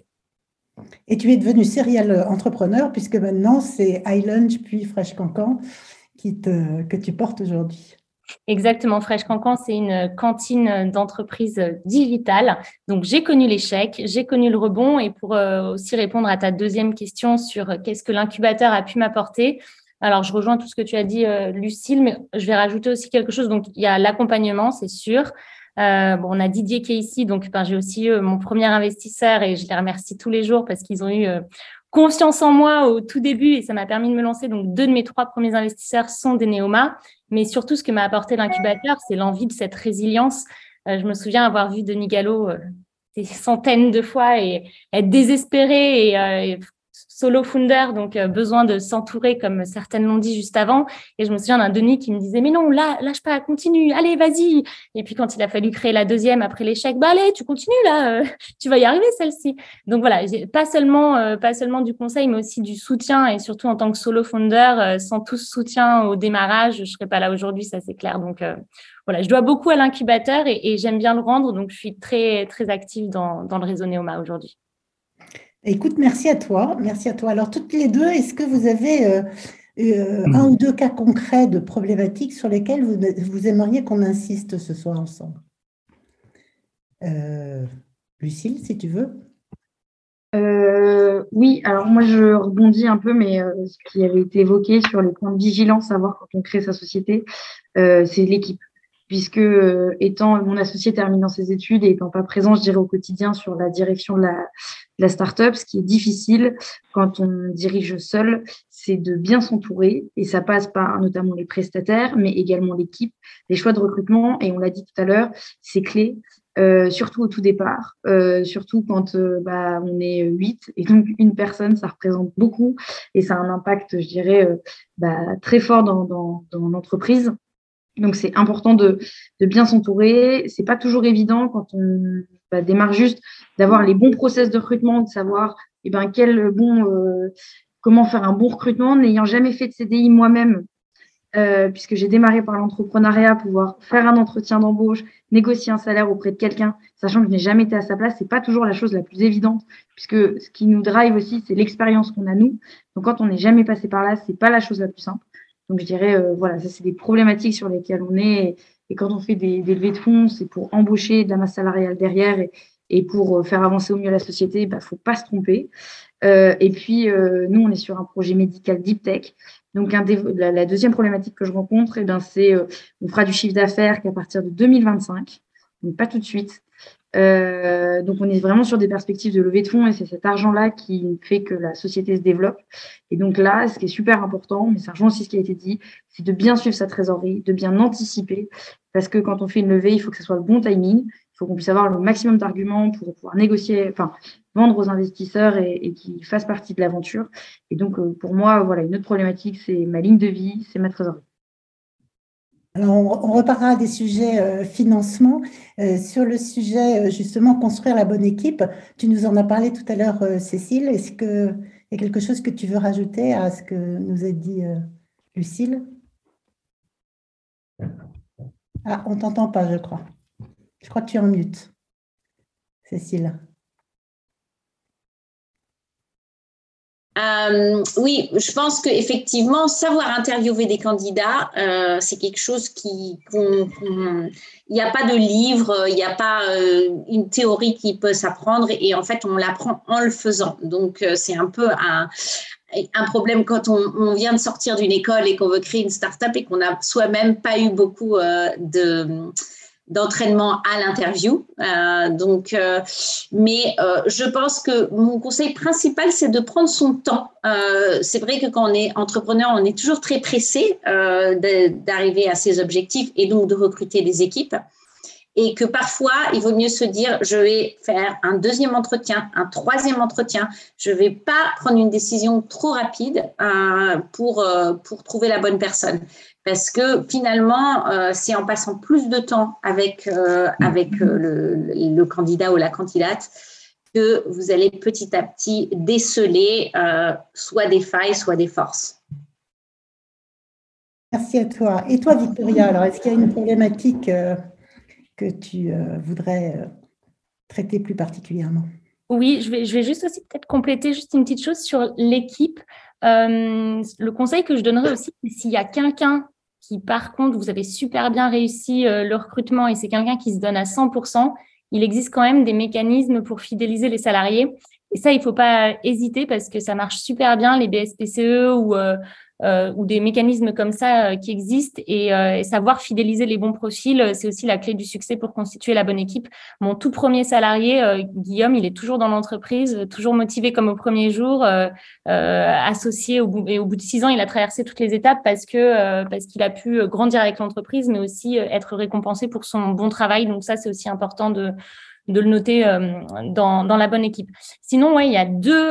Et tu es devenu serial entrepreneur puisque maintenant, c'est iLunch puis Fresh Cancan que tu portes aujourd'hui.
Exactement, Fresh Cancan, c'est une cantine d'entreprise digitale. Donc, j'ai connu l'échec, j'ai connu le rebond. Et pour aussi répondre à ta deuxième question sur qu'est-ce que l'incubateur a pu m'apporter, alors je rejoins tout ce que tu as dit, Lucille, mais je vais rajouter aussi quelque chose. Donc, il y a l'accompagnement, c'est sûr. On a Didier qui est ici, donc j'ai aussi eu mon premier investisseur et je les remercie tous les jours parce qu'ils ont eu confiance en moi au tout début et ça m'a permis de me lancer. Donc, 2 de mes 3 premiers investisseurs sont des Néoma. Mais surtout, ce que m'a apporté l'incubateur, c'est l'envie de cette résilience. Je me souviens avoir vu Denis Gallo des centaines de fois et être désespéré et solo founder, donc besoin de s'entourer, comme certaines l'ont dit juste avant. Et je me souviens d'un Denis qui me disait « Mais non, là, lâche pas, continue, allez, vas-y !» Et puis, quand il a fallu créer la deuxième après l'échec, « Bah allez, tu continues là, tu vas y arriver celle-ci !» Donc voilà, pas seulement du conseil, mais aussi du soutien. Et surtout, en tant que solo founder, sans tout ce soutien au démarrage, je ne serais pas là aujourd'hui, ça c'est clair. Donc voilà, je dois beaucoup à l'incubateur et j'aime bien le rendre. Donc, je suis très, très active dans le réseau Néoma aujourd'hui.
Écoute, merci à toi. Merci à toi. Alors, toutes les deux, est-ce que vous avez un ou deux cas concrets de problématiques sur lesquelles vous aimeriez qu'on insiste ce soir ensemble? Lucille, si tu veux.
Oui, alors moi je rebondis un peu, mais ce qui avait été évoqué sur les points de vigilance à voir quand on crée sa société, c'est l'équipe. Puisque étant mon associé terminant ses études et étant pas présent, je dirais au quotidien sur la direction de la start-up, ce qui est difficile quand on dirige seul, c'est de bien s'entourer et ça passe par notamment les prestataires, mais également l'équipe, les choix de recrutement et on l'a dit tout à l'heure, c'est clé. Surtout au tout départ, surtout quand on est 8 et donc une personne, ça représente beaucoup et ça a un impact, je dirais, très fort dans l'entreprise. Donc, c'est important de bien s'entourer. C'est pas toujours évident quand on démarre juste d'avoir les bons process de recrutement, de savoir comment faire un bon recrutement, n'ayant jamais fait de CDI moi-même, puisque j'ai démarré par l'entrepreneuriat, pouvoir faire un entretien d'embauche, négocier un salaire auprès de quelqu'un, sachant que je n'ai jamais été à sa place, c'est pas toujours la chose la plus évidente, puisque ce qui nous drive aussi, c'est l'expérience qu'on a nous. Donc, quand on n'est jamais passé par là, c'est pas la chose la plus simple. Donc, je dirais, ça, c'est des problématiques sur lesquelles on est. Et quand on fait des levées de fonds, c'est pour embaucher de la masse salariale derrière et pour faire avancer au mieux la société, faut pas se tromper. Et puis, nous, on est sur un projet médical deep tech. Donc, la deuxième problématique que je rencontre, c'est on fera du chiffre d'affaires qu'à partir de 2025, donc pas tout de suite. Donc, on est vraiment sur des perspectives de levée de fonds et c'est cet argent-là qui fait que la société se développe. Et donc là, ce qui est super important, mais ça rejoint aussi ce qui a été dit, c'est de bien suivre sa trésorerie, de bien anticiper, parce que quand on fait une levée, il faut que ce soit le bon timing, il faut qu'on puisse avoir le maximum d'arguments pour pouvoir négocier, vendre aux investisseurs et qu'ils fassent partie de l'aventure. Et donc, pour moi, une autre problématique, c'est ma ligne de vie, c'est ma trésorerie.
Alors, on reparlera des sujets financement. Sur le sujet, justement, construire la bonne équipe, tu nous en as parlé tout à l'heure, Cécile. Est-ce qu'il y a quelque chose que tu veux rajouter à ce que nous a dit Lucille? Ah, on ne t'entend pas, je crois. Je crois que tu es en mute, Cécile.
Oui, je pense qu'effectivement, savoir interviewer des candidats, c'est quelque chose il n'y a pas de livre, il n'y a pas une théorie qui peut s'apprendre et en fait, on l'apprend en le faisant. Donc, c'est un peu un problème quand on vient de sortir d'une école et qu'on veut créer une start-up et qu'on n'a soi-même pas eu beaucoup d'entraînement à l'interview. Mais je pense que mon conseil principal, c'est de prendre son temps. C'est vrai que quand on est entrepreneur, on est toujours très pressé d'arriver à ses objectifs et donc de recruter des équipes. Et que parfois, il vaut mieux se dire, je vais faire un deuxième entretien, un troisième entretien. Je ne vais pas prendre une décision trop rapide pour trouver la bonne personne. Parce que finalement, c'est en passant plus de temps avec le candidat ou la candidate que vous allez petit à petit déceler soit des failles, soit des forces.
Merci à toi. Et toi, Victoria, alors est-ce qu'il y a une problématique que tu voudrais traiter plus particulièrement?
Oui, je vais juste aussi peut-être compléter juste une petite chose sur l'équipe. Le conseil que je donnerais aussi, c'est s'il y a quelqu'un qui, par contre, vous avez super bien réussi le recrutement et c'est quelqu'un qui se donne à 100%, il existe quand même des mécanismes pour fidéliser les salariés. Et ça, il ne faut pas hésiter parce que ça marche super bien, les BSPCE ou des mécanismes comme ça qui existent. Et savoir fidéliser les bons profils, c'est aussi la clé du succès pour constituer la bonne équipe. Mon tout premier salarié, Guillaume, il est toujours dans l'entreprise, toujours motivé comme au premier jour, associé au bout de 6 ans, il a traversé toutes les étapes parce qu'il a pu grandir avec l'entreprise, mais aussi être récompensé pour son bon travail. Donc ça, c'est aussi important de le noter dans la bonne équipe. Sinon, ouais, il y a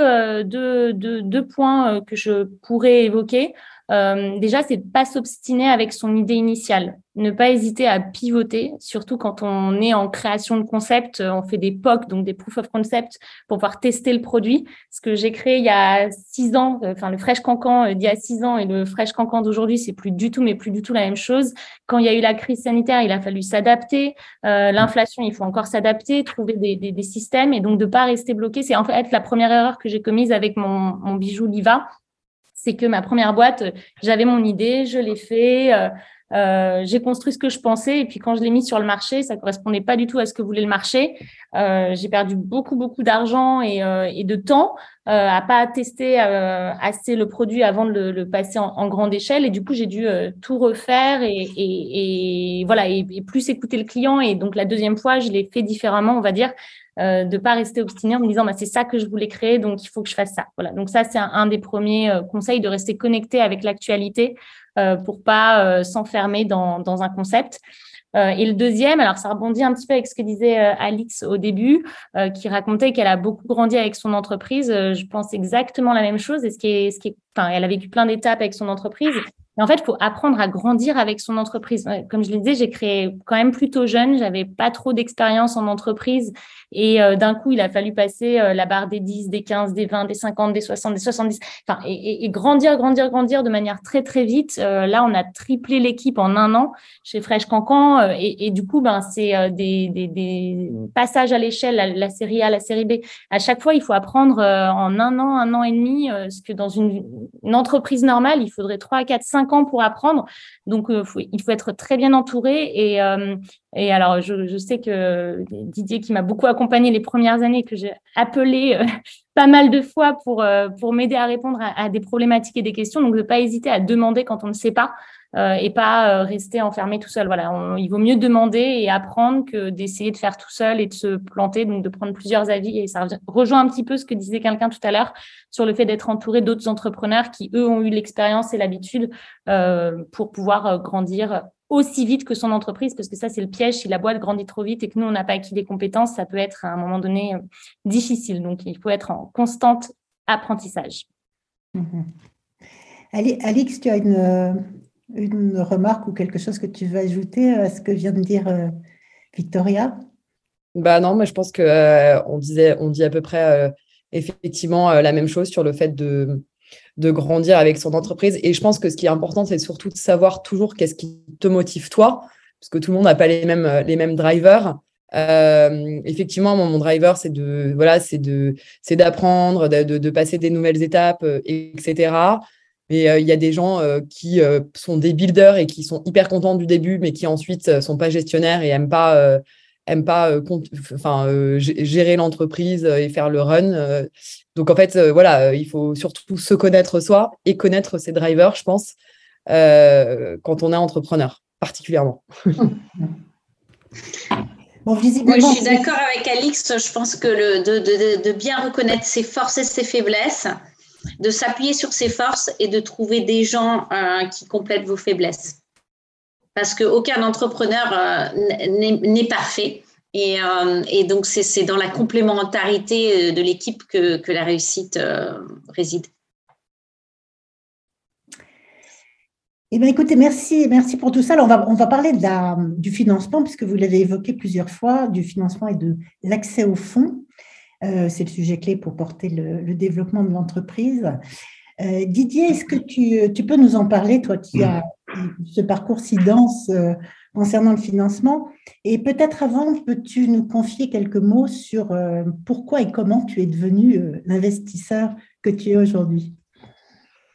deux points que je pourrais évoquer. Déjà, c'est de pas s'obstiner avec son idée initiale. Ne pas hésiter à pivoter, surtout quand on est en création de concept. On fait des POC, donc des proof of concept, pour pouvoir tester le produit. Ce que j'ai créé il y a 6 ans, le Fresh Cancan d'il y a 6 ans et le Fresh Cancan d'aujourd'hui, c'est plus du tout la même chose. Quand il y a eu la crise sanitaire, il a fallu s'adapter. L'inflation, il faut encore s'adapter, trouver des systèmes et donc de pas rester bloqué. C'est en fait la première erreur que j'ai commise avec mon bijou Liva. C'est que ma première boîte, j'avais mon idée, je l'ai fait, j'ai construit ce que je pensais et puis quand je l'ai mis sur le marché, ça correspondait pas du tout à ce que voulait le marché. J'ai perdu beaucoup d'argent et de temps à pas tester assez le produit avant de le passer en grande échelle et du coup j'ai dû tout refaire et voilà et plus écouter le client et donc la deuxième fois je l'ai fait différemment, on va dire. De pas rester obstiné en me disant c'est ça que je voulais créer donc il faut que je fasse ça. Voilà, donc ça c'est un des premiers conseils, de rester connecté avec l'actualité pour pas s'enfermer dans un concept. Et le deuxième, alors ça rebondit un petit peu avec ce que disait Alix au début, qui racontait qu'elle a beaucoup grandi avec son entreprise. Je pense exactement la même chose. Et elle a vécu plein d'étapes avec son entreprise. Et en fait, il faut apprendre à grandir avec son entreprise. Comme je le disais, j'ai créé quand même plutôt jeune. J'avais pas trop d'expérience en entreprise. Et d'un coup, il a fallu passer la barre des 10, des 15, des 20, des 50, des 60, des 70. Enfin, et grandir de manière très, très vite. Là, on a triplé l'équipe en 1 an chez Fresh Cancan. Et du coup, c'est des passages à l'échelle, la série A, la série B. À chaque fois, il faut apprendre en 1 an et demi, ce que dans une entreprise normale, il faudrait 3, 4, 5 ans pour apprendre. Donc, il faut être très bien entouré. Et alors, je sais que Didier, qui m'a beaucoup accompagné les premières années, que j'ai appelé pas mal de fois pour m'aider à répondre à des problématiques et des questions. Donc, de ne pas hésiter à demander quand on ne sait pas et pas rester enfermé tout seul. Voilà, il vaut mieux demander et apprendre que d'essayer de faire tout seul et de se planter, donc de prendre plusieurs avis. Et ça rejoint un petit peu ce que disait quelqu'un tout à l'heure sur le fait d'être entouré d'autres entrepreneurs qui, eux, ont eu l'expérience et l'habitude pour pouvoir grandir aussi vite que son entreprise, parce que ça, c'est le piège. Si la boîte grandit trop vite et que nous, on n'a pas acquis des compétences, ça peut être à un moment donné difficile. Donc, il faut être en constante apprentissage.
Alix, tu as une remarque ou quelque chose que tu veux ajouter à ce que vient de dire Victoria?
Non, mais je pense qu'on dit à peu près effectivement la même chose sur le fait de grandir avec son entreprise. Et je pense que ce qui est important, c'est surtout de savoir toujours qu'est-ce qui te motive toi, parce que tout le monde n'a pas les mêmes drivers. Effectivement, mon driver, c'est d'apprendre, de passer des nouvelles étapes, etc. Mais il y a des gens qui sont des builders et qui sont hyper contents du début, mais qui ensuite sont pas gestionnaires et aiment pas gérer l'entreprise et faire le run. Donc, en fait, il faut surtout se connaître soi et connaître ses drivers, je pense, quand on est entrepreneur, particulièrement.
Moi, je suis d'accord avec Alix. Je pense que de bien reconnaître ses forces et ses faiblesses, de s'appuyer sur ses forces et de trouver des gens qui complètent vos faiblesses. Parce qu'aucun entrepreneur n'est parfait. Et donc, c'est dans la complémentarité de l'équipe que la réussite réside.
Eh bien, écoutez, merci pour tout ça. Alors, on va parler du financement, puisque vous l'avez évoqué plusieurs fois, du financement et de l'accès aux fonds. C'est le sujet clé pour porter le développement de l'entreprise. Didier, est-ce que tu peux nous en parler, toi qui as ce parcours si dense concernant le financement? Et peut-être avant, peux-tu nous confier quelques mots sur pourquoi et comment tu es devenu l'investisseur que tu es aujourd'hui?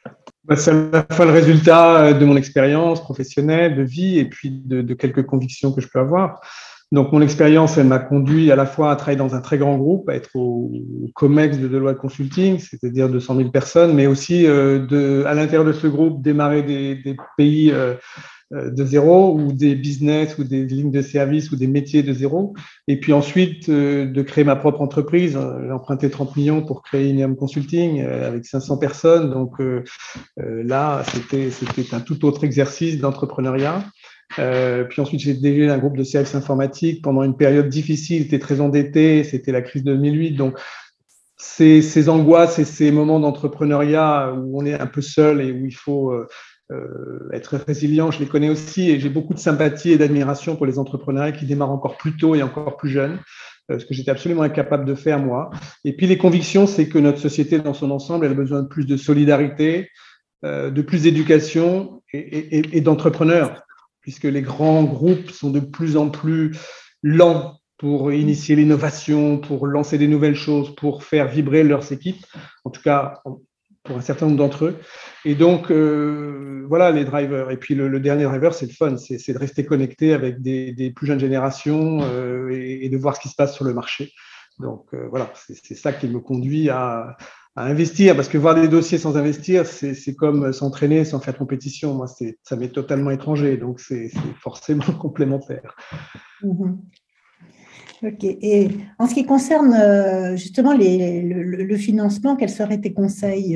C'est à la fois le résultat de mon expérience professionnelle, de vie, et puis de quelques convictions que je peux avoir. Donc, mon expérience, elle m'a conduit à la fois à travailler dans un très grand groupe, à être au COMEX de Deloitte Consulting, c'est-à-dire 200 000 personnes, mais aussi à l'intérieur de ce groupe, démarrer des pays de zéro, ou des business, ou des lignes de service, ou des métiers de zéro. Et puis ensuite, de créer ma propre entreprise. J'ai emprunté 30 millions pour créer Inium Consulting avec 500 personnes. Donc là, c'était un tout autre exercice d'entrepreneuriat. Puis ensuite, j'ai dirigé un groupe de services informatiques pendant une période difficile. J'étais très endetté, c'était la crise de 2008. Donc, ces angoisses et ces moments d'entrepreneuriat où on est un peu seul et où il faut être résilient, je les connais aussi, et j'ai beaucoup de sympathie et d'admiration pour les entrepreneurs qui démarrent encore plus tôt et encore plus jeunes, ce que j'étais absolument incapable de faire moi. Et puis les convictions, c'est que notre société dans son ensemble, elle a besoin de plus de solidarité, de plus d'éducation et d'entrepreneurs, puisque les grands groupes sont de plus en plus lents pour initier l'innovation, pour lancer des nouvelles choses, pour faire vibrer leurs équipes, en tout cas pour un certain nombre d'entre eux. Et donc, voilà les drivers. Et puis, le dernier driver, c'est le fun, c'est de rester connecté avec des plus jeunes générations et de voir ce qui se passe sur le marché. Donc, voilà, c'est ça qui me conduit à investir, parce que voir des dossiers sans investir, c'est comme s'entraîner sans faire de compétition. Moi, ça m'est totalement étranger, donc c'est forcément complémentaire.
Mmh. Ok. Et en ce qui concerne justement le financement, quels seraient tes conseils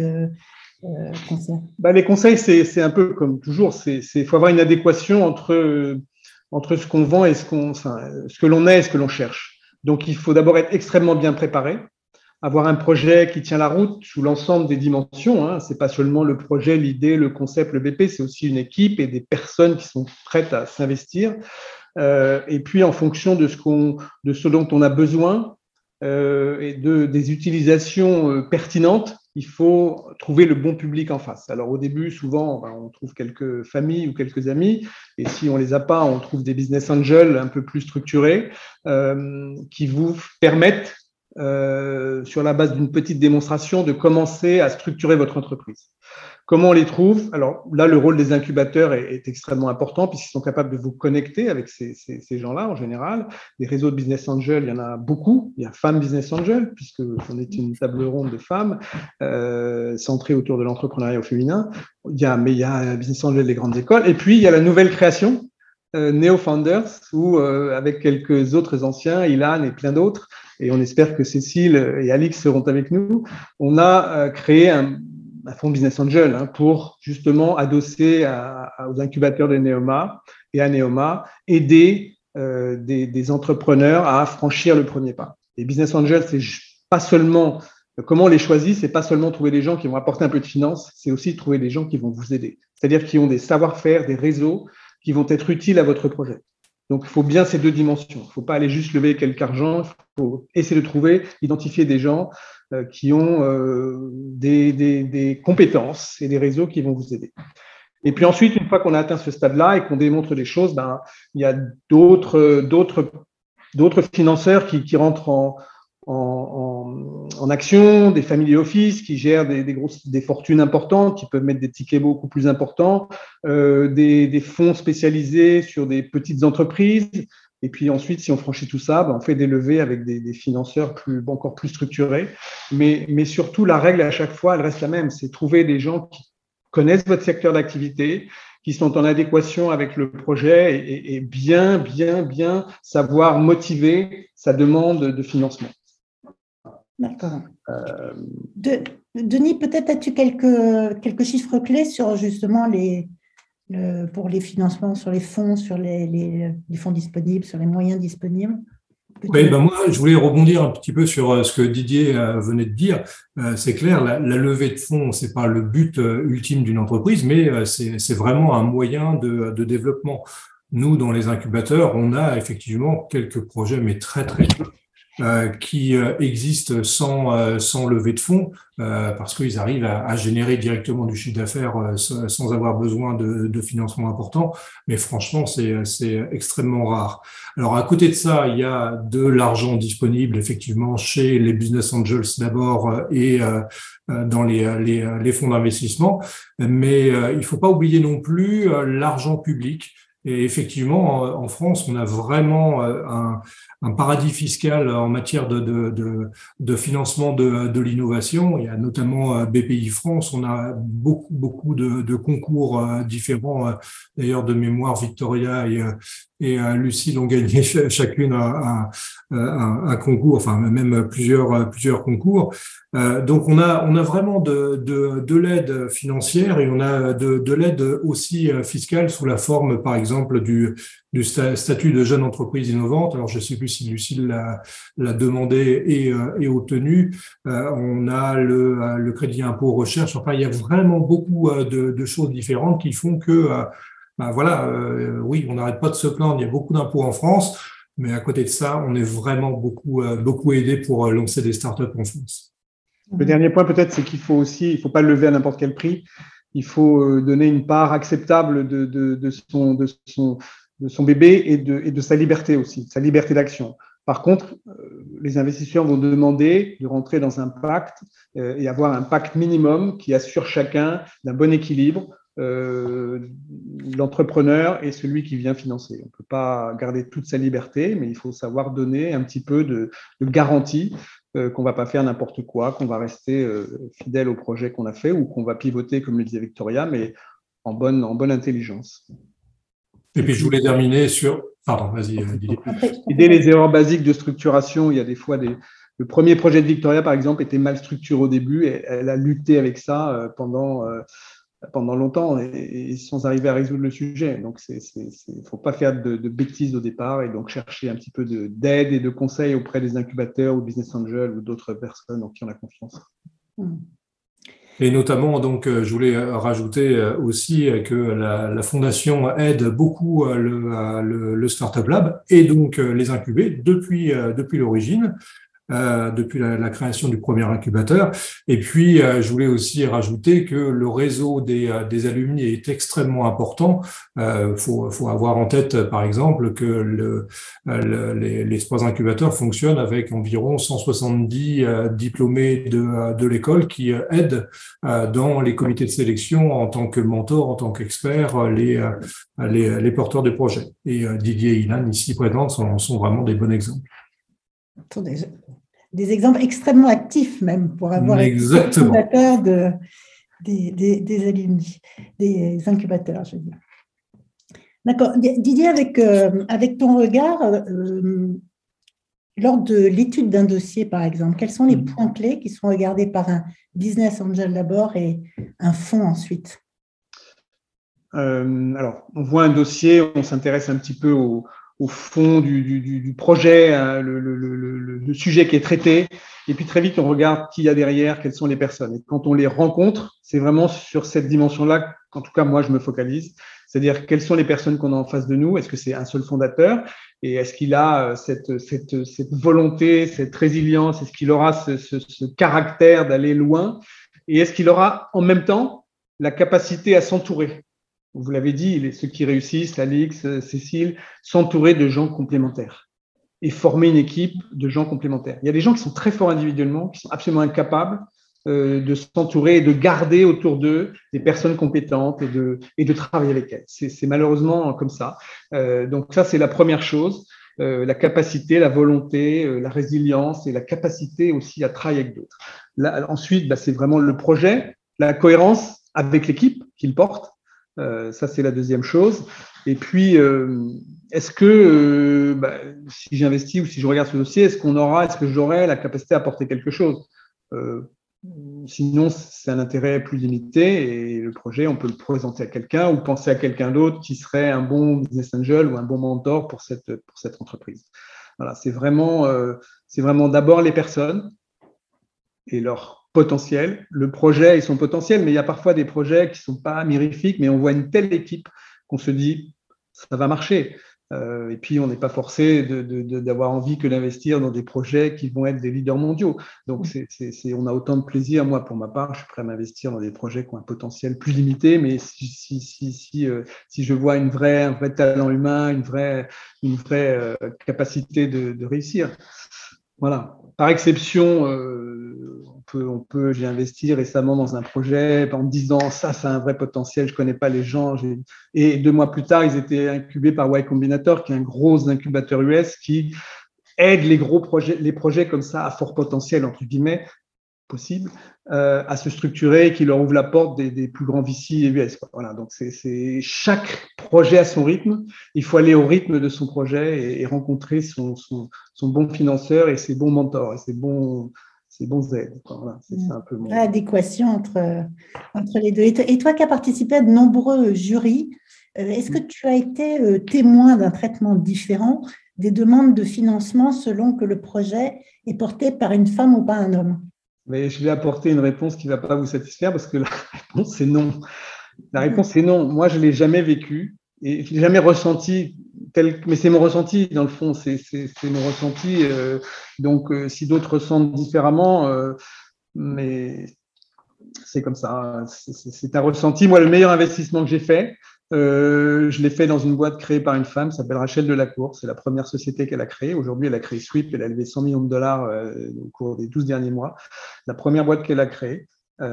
Les conseils, c'est un peu comme toujours, il faut avoir une adéquation entre ce qu'on vend et ce que l'on est et ce que l'on cherche. Donc, il faut d'abord être extrêmement bien préparé, avoir un projet qui tient la route sous l'ensemble des dimensions. Hein. Ce n'est pas seulement le projet, l'idée, le concept, le BP, c'est aussi une équipe et des personnes qui sont prêtes à s'investir. Et puis, en fonction de ce dont on a besoin et des utilisations pertinentes, il faut trouver le bon public en face. Alors, au début, souvent, on trouve quelques familles ou quelques amis. Et si on ne les a pas, on trouve des business angels un peu plus structurés qui vous permettent, sur la base d'une petite démonstration, de commencer à structurer votre entreprise. Comment on les trouve? Alors là, le rôle des incubateurs est extrêmement important, puisqu'ils sont capables de vous connecter avec ces gens-là en général. Des réseaux de business angels, il y en a beaucoup. Il y a Femmes Business Angels, puisqu'on est une table ronde de femmes centrée autour de l'entrepreneuriat au féminin. Mais il y a Business Angels des grandes écoles. Et puis, il y a la nouvelle création, Neo Founders, où avec quelques autres anciens, Ilan et plein d'autres, et on espère que Cécile et Alix seront avec nous, on a créé un fonds Business Angel pour justement adosser aux incubateurs de Neoma et à Neoma, aider des entrepreneurs à franchir le premier pas. Les Business Angels, c'est pas seulement comment on les choisit, c'est pas seulement trouver des gens qui vont apporter un peu de finance, c'est aussi trouver des gens qui vont vous aider, c'est-à-dire qui ont des savoir-faire, des réseaux qui vont être utiles à votre projet. Donc, il faut bien ces deux dimensions. Il ne faut pas aller juste lever quelque argent, il faut essayer de trouver, identifier des gens qui ont des compétences et des réseaux qui vont vous aider. Et puis ensuite, une fois qu'on a atteint ce stade-là et qu'on démontre des choses, il y a d'autres financeurs qui rentrent en action, des family office qui gèrent des fortunes importantes, qui peuvent mettre des tickets beaucoup plus importants, des fonds spécialisés sur des petites entreprises. Et puis ensuite, si on franchit tout ça, on fait des levées avec des financeurs encore plus structurés. Mais surtout, la règle à chaque fois, elle reste la même, c'est trouver des gens qui connaissent votre secteur d'activité, qui sont en adéquation avec le projet et bien savoir motiver sa demande de financement.
D'accord. Denis, peut-être as-tu quelques chiffres clés sur justement pour les financements, sur les fonds, sur les fonds disponibles, sur les moyens disponibles?
Oui, moi, je voulais rebondir un petit peu sur ce que Didier venait de dire. C'est clair, la levée de fonds, c'est pas le but ultime d'une entreprise, mais c'est vraiment un moyen de développement. Nous, dans les incubateurs, on a effectivement quelques projets, mais très, très peu. qui existent sans levée de fonds, parce qu'ils arrivent à générer directement du chiffre d'affaires sans avoir besoin de financement important. Mais franchement, c'est extrêmement rare. Alors, à côté de ça, il y a de l'argent disponible, effectivement, chez les business angels d'abord et dans les fonds d'investissement. Mais il faut pas oublier non plus l'argent public. Et effectivement, en France, on a vraiment un paradis fiscal en matière de financement de l'innovation. Il y a notamment BPI France. On a beaucoup de concours différents. D'ailleurs, de mémoire, Victoria et Lucille ont gagné chacune un concours, enfin même plusieurs concours. Donc on a vraiment de l'aide financière et on a de l'aide aussi fiscale sous la forme, par exemple, du statut de jeune entreprise innovante. Alors je ne sais plus si Lucille l'a demandé et obtenu. On a le crédit impôt recherche. Enfin, il y a vraiment beaucoup de choses différentes qui font que oui, on n'arrête pas de se plaindre. Il y a beaucoup d'impôts en France, mais à côté de ça, on est vraiment beaucoup aidé pour lancer des startups en France.
Le dernier point peut-être, c'est qu'il faut pas le lever à n'importe quel prix. Il faut donner une part acceptable de son bébé et de sa liberté aussi, de sa liberté d'action. Par contre, les investisseurs vont demander de rentrer dans un pacte et avoir un pacte minimum qui assure chacun d'un bon équilibre, l'entrepreneur et celui qui vient financer. On ne peut pas garder toute sa liberté, mais il faut savoir donner un petit peu de garantie qu'on ne va pas faire n'importe quoi, qu'on va rester fidèle au projet qu'on a fait ou qu'on va pivoter, comme le disait Victoria, mais en bonne intelligence.
Et puis, je voulais terminer sur… Pardon, vas-y, Didier.
Aider les erreurs basiques de structuration. Il y a des fois le premier projet de Victoria, par exemple, était mal structuré au début et elle a lutté avec ça pendant longtemps et sans arriver à résoudre le sujet. Donc, il ne faut pas faire de bêtises au départ et donc chercher un petit peu d'aide et de conseils auprès des incubateurs ou business angels ou d'autres personnes en qui on a confiance.
Et notamment, donc, je voulais rajouter aussi que la fondation aide beaucoup le Startup Lab et donc les incubés depuis l'origine. Depuis la création du premier incubateur. Et puis, je voulais aussi rajouter que le réseau des alumni est extrêmement important. Faut avoir en tête, par exemple, que les trois incubateurs fonctionnent avec environ 170 diplômés de l'école qui aident dans les comités de sélection en tant que mentors, en tant qu'experts, les porteurs de projets. Et Didier et Ilan, ici présents, sont vraiment des bons exemples.
Des exemples extrêmement actifs même pour avoir été fondateur des alumni, des incubateurs, je veux dire. D'accord. Didier, avec ton regard, lors de l'étude d'un dossier, par exemple, quels sont les points clés qui sont regardés par un business angel d'abord et un fonds ensuite?
Alors, on voit un dossier, on s'intéresse un petit peu au fond du projet, hein, le sujet qui est traité. Et puis très vite, on regarde qui y a derrière, quelles sont les personnes. Et quand on les rencontre, c'est vraiment sur cette dimension-là qu'en tout cas, moi, je me focalise. C'est-à-dire, quelles sont les personnes qu'on a en face de nous? Est-ce que c'est un seul fondateur? Et est-ce qu'il a cette volonté, cette résilience? Est-ce qu'il aura ce caractère d'aller loin? Et est-ce qu'il aura en même temps la capacité à s'entourer? Vous l'avez dit, ceux qui réussissent, Alix, Cécile, s'entourer de gens complémentaires et former une équipe de gens complémentaires. Il y a des gens qui sont très forts individuellement, qui sont absolument incapables de s'entourer et de garder autour d'eux des personnes compétentes et de travailler avec elles. C'est malheureusement comme ça. Donc ça, c'est la première chose, la capacité, la volonté, la résilience et la capacité aussi à travailler avec d'autres. Ensuite, c'est vraiment le projet, la cohérence avec l'équipe qu'il porte. Ça, c'est la deuxième chose. Et puis, est-ce que si j'investis ou si je regarde ce dossier, est-ce que j'aurai la capacité à apporter quelque chose? Sinon, c'est un intérêt plus limité et le projet, on peut le présenter à quelqu'un ou penser à quelqu'un d'autre qui serait un bon business angel ou un bon mentor pour cette entreprise. Voilà, c'est vraiment d'abord les personnes et leur potentiel, le projet et son potentiel, mais il y a parfois des projets qui ne sont pas mirifiques, mais on voit une telle équipe qu'on se dit ça va marcher. Et puis, on n'est pas forcé d'avoir envie que d'investir dans des projets qui vont être des leaders mondiaux. Donc, on a autant de plaisir. Moi, pour ma part, je suis prêt à m'investir dans des projets qui ont un potentiel plus limité, mais si je vois un vrai talent humain, une vraie capacité de réussir. Voilà. Par exception, j'ai investi récemment dans un projet en me disant ça a un vrai potentiel, je connais pas les gens. Et 2 mois plus tard, ils étaient incubés par Y Combinator, qui est un gros incubateur US qui aide les projets comme ça à fort potentiel, entre guillemets, possible, à se structurer, qui leur ouvre la porte des plus grands VC US. Voilà, donc c'est chaque projet à son rythme. Il faut aller au rythme de son projet et rencontrer son bon financeur et ses bons mentors et ses bons aides. Voilà, c'est un peu mon...
Adéquation entre les deux. Et toi qui as participé à de nombreux jurys, est-ce que tu as été témoin d'un traitement différent des demandes de financement selon que le projet est porté par une femme ou par un homme?
Mais je vais apporter une réponse qui ne va pas vous satisfaire parce que la réponse, c'est non. La réponse, c'est non. Moi, je ne l'ai jamais vécu et je ne l'ai jamais ressenti mais c'est mon ressenti, dans le fond. C'est mon ressenti. Donc, si d'autres ressentent différemment, mais c'est comme ça. C'est un ressenti. Moi, le meilleur investissement que j'ai fait, je l'ai fait dans une boîte créée par une femme qui s'appelle Rachel Delacour. C'est la première société qu'elle a créée. Aujourd'hui, elle a créé Sweep. Elle a levé $100 millions au cours des 12 derniers mois. La première boîte qu'elle a créée.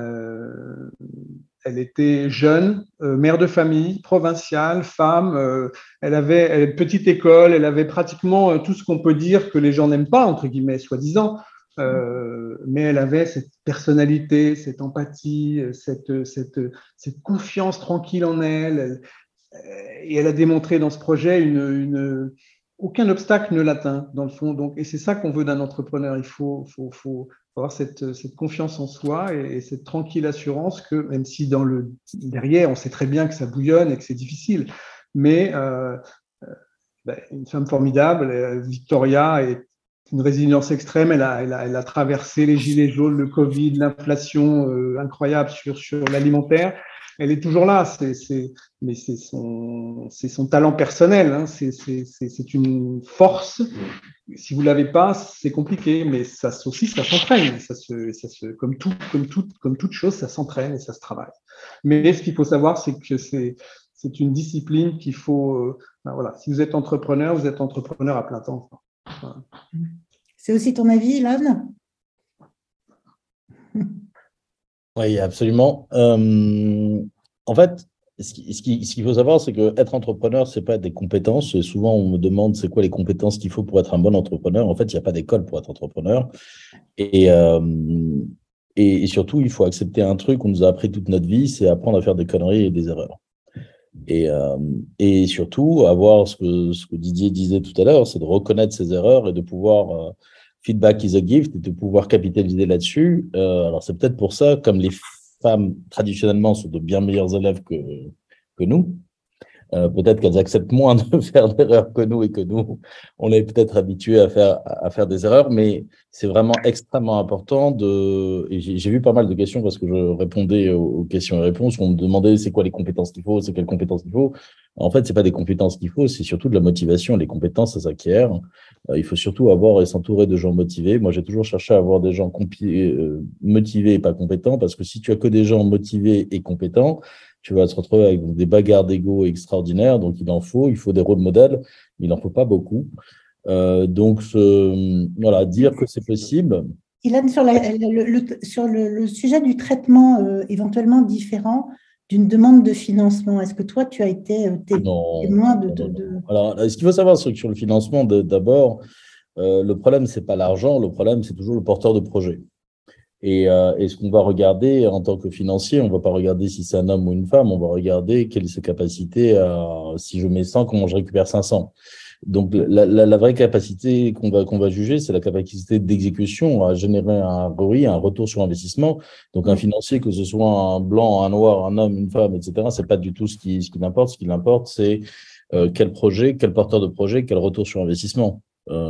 Elle était jeune, mère de famille, provinciale, femme. Elle avait une petite école. Elle avait pratiquement tout ce qu'on peut dire que les gens n'aiment pas, entre guillemets, soi-disant. Mais elle avait cette personnalité, cette empathie, cette confiance tranquille en elle. Et elle a démontré dans ce projet aucun obstacle ne l'atteint, dans le fond. Donc, et c'est ça qu'on veut d'un entrepreneur. Il faut avoir cette confiance en soi et cette tranquille assurance que, même si derrière, on sait très bien que ça bouillonne et que c'est difficile, mais une femme formidable, Victoria, est une résilience extrême. Elle a traversé les gilets jaunes, le Covid, l'inflation incroyable sur l'alimentaire. Elle est toujours là, mais c'est son talent personnel, hein. C'est une force. Si vous l'avez pas, c'est compliqué, mais ça s'entraîne. Comme toute chose, ça s'entraîne et ça se travaille. Mais ce qu'il faut savoir, c'est que c'est une discipline qu'il faut. Voilà, si vous êtes entrepreneur à plein temps. Voilà.
C'est aussi ton avis, Ilan?
Oui, absolument. En fait, ce qu'il faut savoir, c'est qu'être entrepreneur, ce n'est pas des compétences. Et souvent, on me demande c'est quoi les compétences qu'il faut pour être un bon entrepreneur. En fait, il n'y a pas d'école pour être entrepreneur. Et surtout, il faut accepter un truc qu'on nous a appris toute notre vie, c'est apprendre à faire des conneries et des erreurs. Et surtout, avoir ce que Didier disait tout à l'heure, c'est de reconnaître ses erreurs et de pouvoir... feedback is a gift, et de pouvoir capitaliser là-dessus. Alors, c'est peut-être pour ça, comme les femmes, traditionnellement, sont de bien meilleurs élèves que nous, peut-être qu'elles acceptent moins de faire d'erreurs que nous et que nous, on est peut-être habitués à faire des erreurs, mais c'est vraiment extrêmement important et j'ai vu pas mal de questions parce que je répondais aux questions et réponses. On me demandait c'est quoi les compétences qu'il faut, c'est quelles compétences qu'il faut. En fait, c'est pas des compétences qu'il faut, c'est surtout de la motivation. Les compétences, ça s'acquiert. Il faut surtout avoir et s'entourer de gens motivés. Moi, j'ai toujours cherché à avoir des gens motivés et pas compétents, parce que si tu as que des gens motivés et compétents, tu vas te retrouver avec des bagarres d'ego extraordinaires. Donc, il faut des rôles modèles. Il n'en faut pas beaucoup. Donc, voilà, dire que c'est possible.
Ilan, sur le sujet du traitement éventuellement différent d'une demande de financement, est-ce que toi, tu as été témoin de…
Alors, ce qu'il faut savoir, c'est que sur le financement, d'abord, le problème, ce n'est pas l'argent. Le problème, c'est toujours le porteur de projet. Et ce qu'on va regarder en tant que financier, on ne va pas regarder si c'est un homme ou une femme, on va regarder quelle est sa capacité si je mets 100, comment je récupère 500. Donc, la vraie capacité qu'on va juger, c'est la capacité d'exécution à générer un ROI, un retour sur investissement. Donc, un financier, que ce soit un blanc, un noir, un homme, une femme, etc., c'est pas du tout ce qui l'importe. Ce qui l'importe, c'est quel projet, quel porteur de projet, quel retour sur investissement.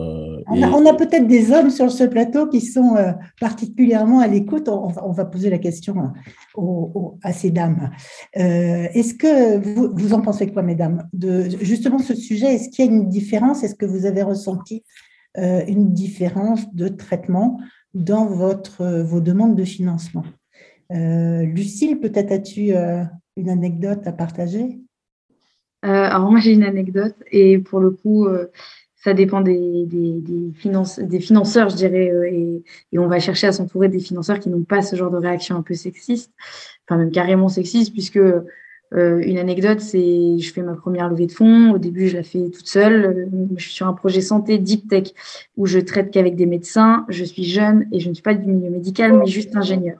On a peut-être des hommes sur ce plateau qui sont particulièrement à l'écoute. On va poser la question à ces dames. Est-ce que vous en pensez quoi, mesdames, de justement ce sujet? Est-ce qu'il y a une différence? Est-ce que vous avez ressenti une différence de traitement dans vos demandes de financement? Lucille, peut-être as-tu une anecdote à partager?
Alors moi, j'ai une anecdote et pour le coup, ça dépend des financeurs, je dirais, et on va chercher à s'entourer des financeurs qui n'ont pas ce genre de réaction un peu sexiste, enfin même carrément sexiste, puisque une anecdote, c'est je fais ma première levée de fonds. Au début, je la fais toute seule. Je suis sur un projet santé deep tech où je traite qu'avec des médecins. Je suis jeune et je ne suis pas du milieu médical, mais juste ingénieur.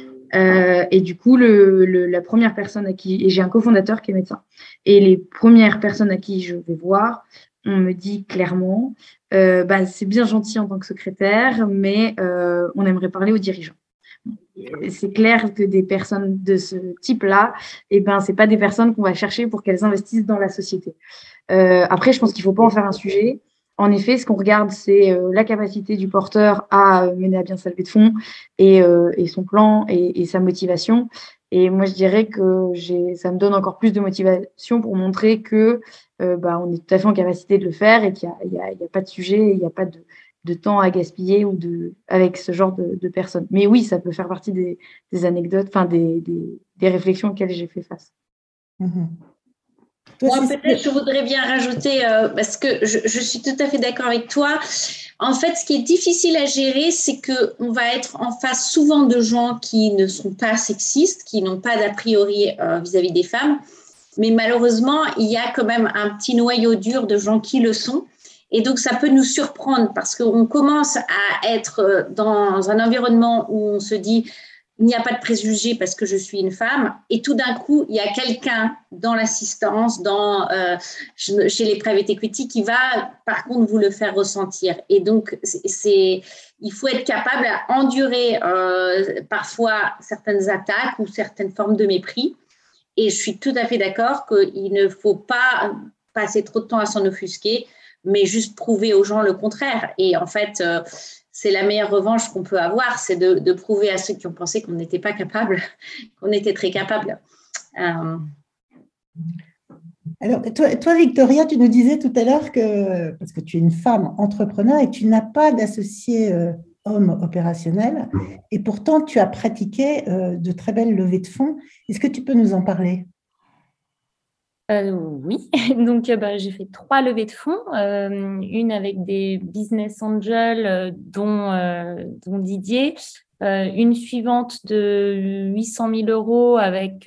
Et du coup, la première personne à qui, et j'ai un cofondateur qui est médecin, et les premières personnes à qui je vais voir, on me dit clairement, c'est bien gentil en tant que secrétaire, mais on aimerait parler aux dirigeants. C'est clair que des personnes de ce type-là, c'est pas des personnes qu'on va chercher pour qu'elles investissent dans la société. Après, je pense qu'il faut pas en faire un sujet. En effet, ce qu'on regarde, c'est la capacité du porteur à mener à bien sa levée de fonds et son plan et sa motivation. Et moi, je dirais que ça me donne encore plus de motivation pour montrer que on est tout à fait en capacité de le faire et qu'il n'y a pas de sujet, il n'y a pas de temps à gaspiller avec ce genre de personnes. Mais oui, ça peut faire partie des anecdotes, enfin des réflexions auxquelles j'ai fait face.
Mmh.
Moi, peut-être, je voudrais bien rajouter, parce que je suis tout à fait d'accord avec toi. En fait, ce qui est difficile à gérer, c'est qu'on va être en face souvent de gens qui ne sont pas sexistes, qui n'ont pas d'a priori vis-à-vis des femmes. Mais malheureusement, il y a quand même un petit noyau dur de gens qui le sont. Et donc, ça peut nous surprendre parce qu'on commence à être dans un environnement où on se dit il n'y a pas de préjugés parce que je suis une femme. Et tout d'un coup, il y a quelqu'un dans l'assistance, chez les private equity qui va, par contre, vous le faire ressentir. Et donc, il faut être capable à endurer parfois certaines attaques ou certaines formes de mépris. Et je suis tout à fait d'accord qu'il ne faut pas passer trop de temps à s'en offusquer, mais juste prouver aux gens le contraire. Et en fait, c'est la meilleure revanche qu'on peut avoir, c'est de prouver à ceux qui ont pensé qu'on n'était pas capable, qu'on était très capable.
Alors, toi, Victoria, tu nous disais tout à l'heure que, parce que tu es une femme entrepreneur et tu n'as pas d'associé homme opérationnel, et pourtant tu as pratiqué de très belles levées de fonds. Est-ce que tu peux nous en parler?
Oui, donc j'ai fait 3 levées de fonds, une avec des business angels dont Didier, une suivante de 800 000 € avec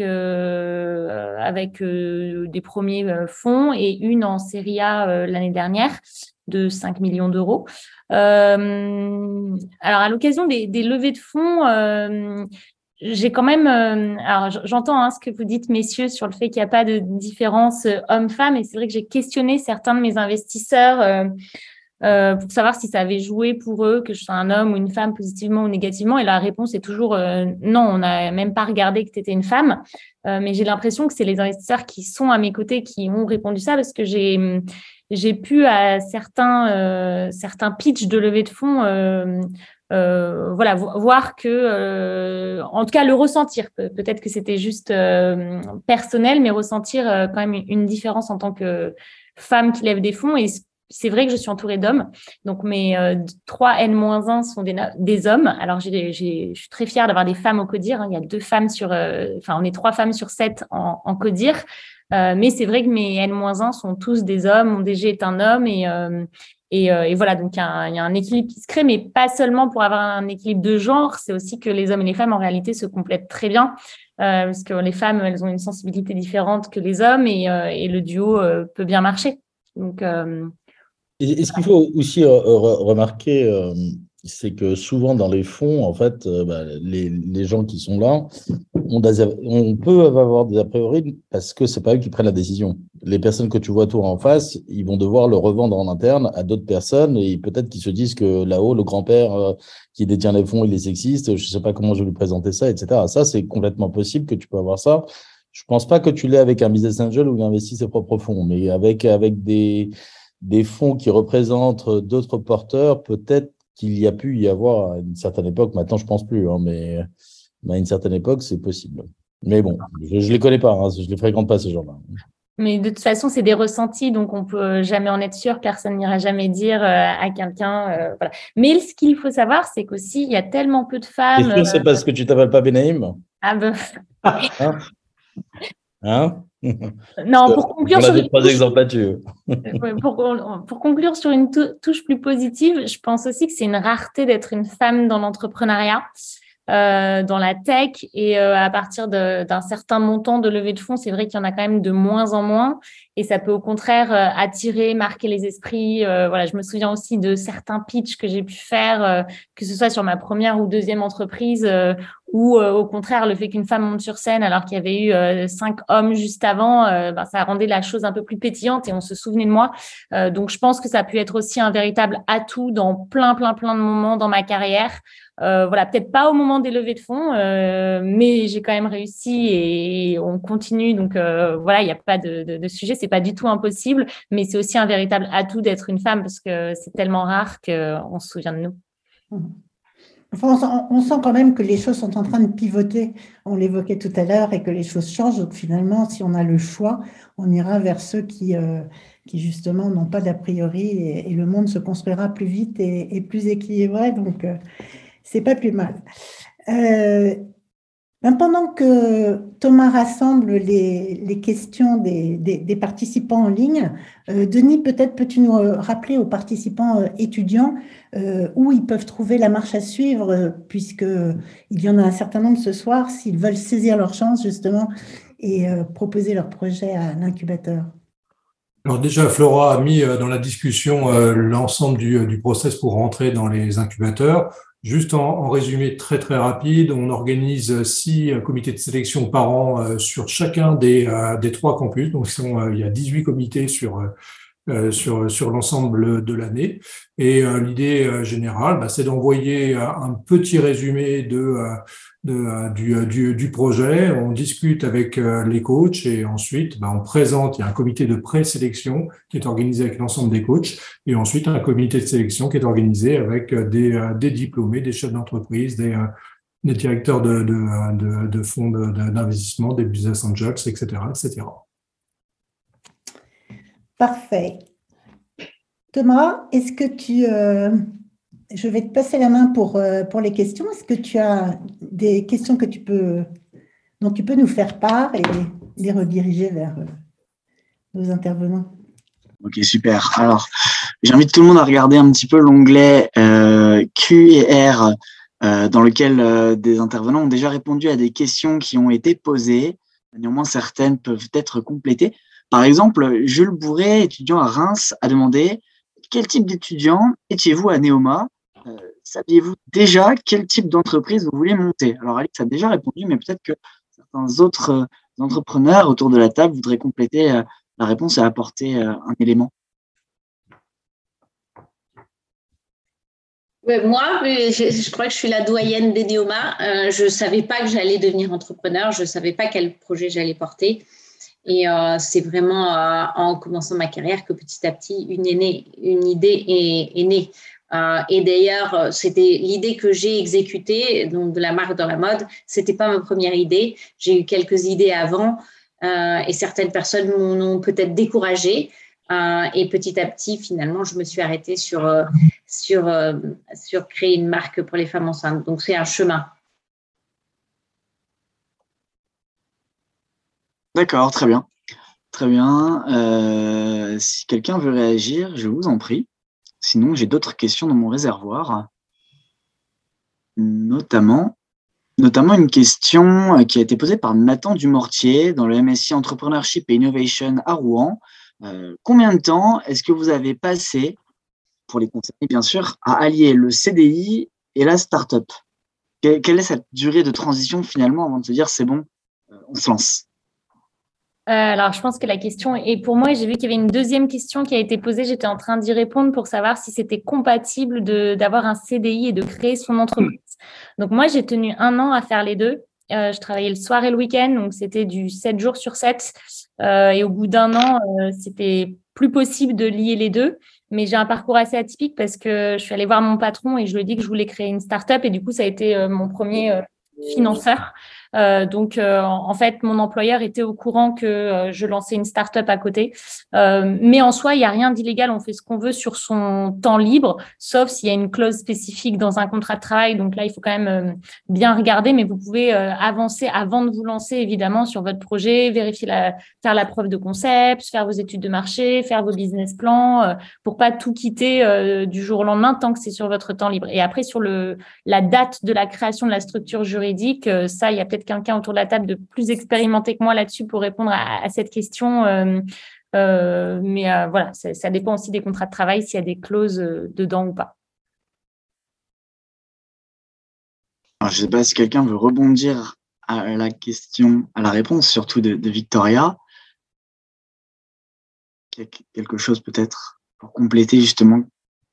des premiers fonds et une en série A l'année dernière de 5 millions d'euros. Alors, à l'occasion des levées de fonds, j'ai quand même, alors j'entends ce que vous dites, messieurs, sur le fait qu'il n'y a pas de différence homme-femme, et c'est vrai que j'ai questionné certains de mes investisseurs pour savoir si ça avait joué pour eux que je sois un homme ou une femme positivement ou négativement, et la réponse est toujours non, on n'a même pas regardé que tu étais une femme, mais j'ai l'impression que c'est les investisseurs qui sont à mes côtés qui ont répondu ça, parce que j'ai pu à certains pitchs de levée de fonds voir que, en tout cas, le ressentir. Peut-être que c'était juste personnel, mais ressentir quand même une différence en tant que femme qui lève des fonds. Et c'est vrai que je suis entourée d'hommes. Donc, mes 3 N-1 sont des hommes. Alors, je suis très fière d'avoir des femmes au CODIR. Il y a 2 femmes on est 3 femmes sur 7 en CODIR. Mais c'est vrai que mes N-1 sont tous des hommes. Mon DG est un homme et voilà, donc il y a un équilibre qui se crée, mais pas seulement pour avoir un équilibre de genre, c'est aussi que les hommes et les femmes, en réalité, se complètent très bien, parce que les femmes, elles ont une sensibilité différente que les hommes, et le duo peut bien marcher. Donc,
Et ce qu'il faut aussi remarquer, c'est que souvent dans les fonds, en fait, les gens qui sont là, on peut avoir des a priori parce que c'est pas eux qui prennent la décision. Les personnes que tu vois toi en face, ils vont devoir le revendre en interne à d'autres personnes, et peut-être qu'ils se disent que là-haut, le grand-père qui détient les fonds, il est sexiste, je sais pas comment je vais lui présenter ça, etc. Ça, c'est complètement possible que tu peux avoir ça. Je pense pas que tu l'aies avec un business angel où il investit ses propres fonds, mais avec des des fonds qui représentent d'autres porteurs, peut-être qu'il y a pu y avoir à une certaine époque, maintenant je ne pense plus, hein, mais à une certaine époque, c'est possible. Mais bon, je ne les connais pas, hein, je ne les fréquente pas, ces gens-là.
Mais de toute façon, c'est des ressentis, donc on ne peut jamais en être sûr. Personne n'ira jamais dire à quelqu'un. Voilà. Mais ce qu'il faut savoir, c'est qu'aussi, il y a tellement peu de femmes.
T'es sûr c'est parce que tu t'appelles pas Benaïm?
Ah ben.
Hein
Non, pour conclure sur
pour
conclure sur une touche plus positive, je pense aussi que c'est une rareté d'être une femme dans l'entrepreneuriat. Dans la tech et à partir d'un certain montant de levée de fonds, c'est vrai qu'il y en a quand même de moins en moins et ça peut au contraire attirer, marquer les esprits. Voilà, je me souviens aussi de certains pitchs que j'ai pu faire, que ce soit sur ma première ou deuxième entreprise ou au contraire le fait qu'une femme monte sur scène alors qu'il y avait eu 5 hommes juste avant, ça rendait la chose un peu plus pétillante et on se souvenait de moi. Donc je pense que ça a pu être aussi un véritable atout dans plein de moments dans ma carrière. Voilà, peut-être pas au moment des levées de fonds, mais j'ai quand même réussi et on continue. Donc voilà, il n'y a pas de sujet, c'est pas du tout impossible, mais c'est aussi un véritable atout d'être une femme parce que c'est tellement rare qu'on se souvient de nous.
Enfin, on sent quand même que les choses sont en train de pivoter. On l'évoquait tout à l'heure et que les choses changent. Donc finalement, si on a le choix, on ira vers ceux qui justement n'ont pas d'a priori et le monde se construira plus vite et plus équilibré. Donc c'est pas plus mal. Pendant que Thomas rassemble les questions des participants en ligne, Denis, peut-être peux-tu nous rappeler aux participants étudiants où ils peuvent trouver la marche à suivre, puisqu'il y en a un certain nombre ce soir, s'ils veulent saisir leur chance justement et proposer leur projet à l'incubateur.
Alors déjà, Flora a mis dans la discussion l'ensemble du process pour rentrer dans les incubateurs. Juste en résumé très rapide, on organise 6 comités de sélection par an sur chacun des 3 campus. Donc il y a 18 comités sur l'ensemble de l'année. Et l'idée générale, c'est d'envoyer un petit résumé du projet. On discute avec les coachs et ensuite on présente. Il y a un comité de présélection qui est organisé avec l'ensemble des coachs et ensuite un comité de sélection qui est organisé avec des diplômés, des chefs d'entreprise, des directeurs de fonds d'investissement, des business angels, etc., etc.
Parfait. Thomas, est-ce que je vais te passer la main pour les questions. Est-ce que tu as des questions dont tu peux nous faire part et les rediriger vers nos intervenants?
Ok, super. Alors, j'invite tout le monde à regarder un petit peu l'onglet Q et R dans lequel des intervenants ont déjà répondu à des questions qui ont été posées. Néanmoins, certaines peuvent être complétées. Par exemple, Jules Bourret, étudiant à Reims, a demandé « Quel type d'étudiant étiez-vous à Neoma ? Saviez-vous déjà quel type d'entreprise vous voulez monter ?» Alors, Alix a déjà répondu, mais peut-être que certains autres entrepreneurs autour de la table voudraient compléter la réponse et apporter un élément.
Moi, je crois que je suis la doyenne des Neoma. Je ne savais pas que j'allais devenir entrepreneur. Je ne savais pas quel projet j'allais porter. Et c'est vraiment en commençant ma carrière que petit à petit, une idée est née. Et d'ailleurs, c'était l'idée que j'ai exécutée, donc de la marque dans la mode. C'était pas ma première idée. J'ai eu quelques idées avant et certaines personnes m'ont peut-être découragée. Et petit à petit, finalement, je me suis arrêtée sur créer une marque pour les femmes enceintes. Donc, c'est un chemin.
D'accord, très bien. Très bien. Si quelqu'un veut réagir, je vous en prie. Sinon, j'ai d'autres questions dans mon réservoir. Notamment une question qui a été posée par Nathan Dumortier dans le MSI Entrepreneurship et Innovation à Rouen. Combien de temps est-ce que vous avez passé, pour les conseiller bien sûr, à allier le CDI et la start-up? Quelle est cette durée de transition finalement avant de se dire c'est bon, on se lance?
Alors, je pense que la question est pour moi. J'ai vu qu'il y avait une deuxième question qui a été posée. J'étais en train d'y répondre pour savoir si c'était compatible d'avoir un CDI et de créer son entreprise. Donc, moi, j'ai tenu 1 an à faire les deux. Je travaillais le soir et le week-end, donc c'était du 7 jours sur 7. Et au bout d'1 an, c'était plus possible de lier les deux. Mais j'ai un parcours assez atypique parce que je suis allée voir mon patron et je lui ai dit que je voulais créer une start-up. Et du coup, ça a été mon premier financeur. En fait, mon employeur était au courant que je lançais une start-up à côté. Mais en soi, il n'y a rien d'illégal. On fait ce qu'on veut sur son temps libre, sauf s'il y a une clause spécifique dans un contrat de travail. Donc là, il faut quand même bien regarder. Mais vous pouvez avancer avant de vous lancer, évidemment, sur votre projet, faire la preuve de concept, faire vos études de marché, faire vos business plans, pour pas tout quitter du jour au lendemain tant que c'est sur votre temps libre. Et après, sur la date de la création de la structure juridique, ça, il y a peut-être quelqu'un autour de la table de plus expérimenté que moi là-dessus pour répondre à cette question. Voilà, ça dépend aussi des contrats de travail, s'il y a des clauses dedans ou pas.
Alors, je ne sais pas si quelqu'un veut rebondir à la question, à la réponse surtout de Victoria. Quelque chose peut-être pour compléter justement.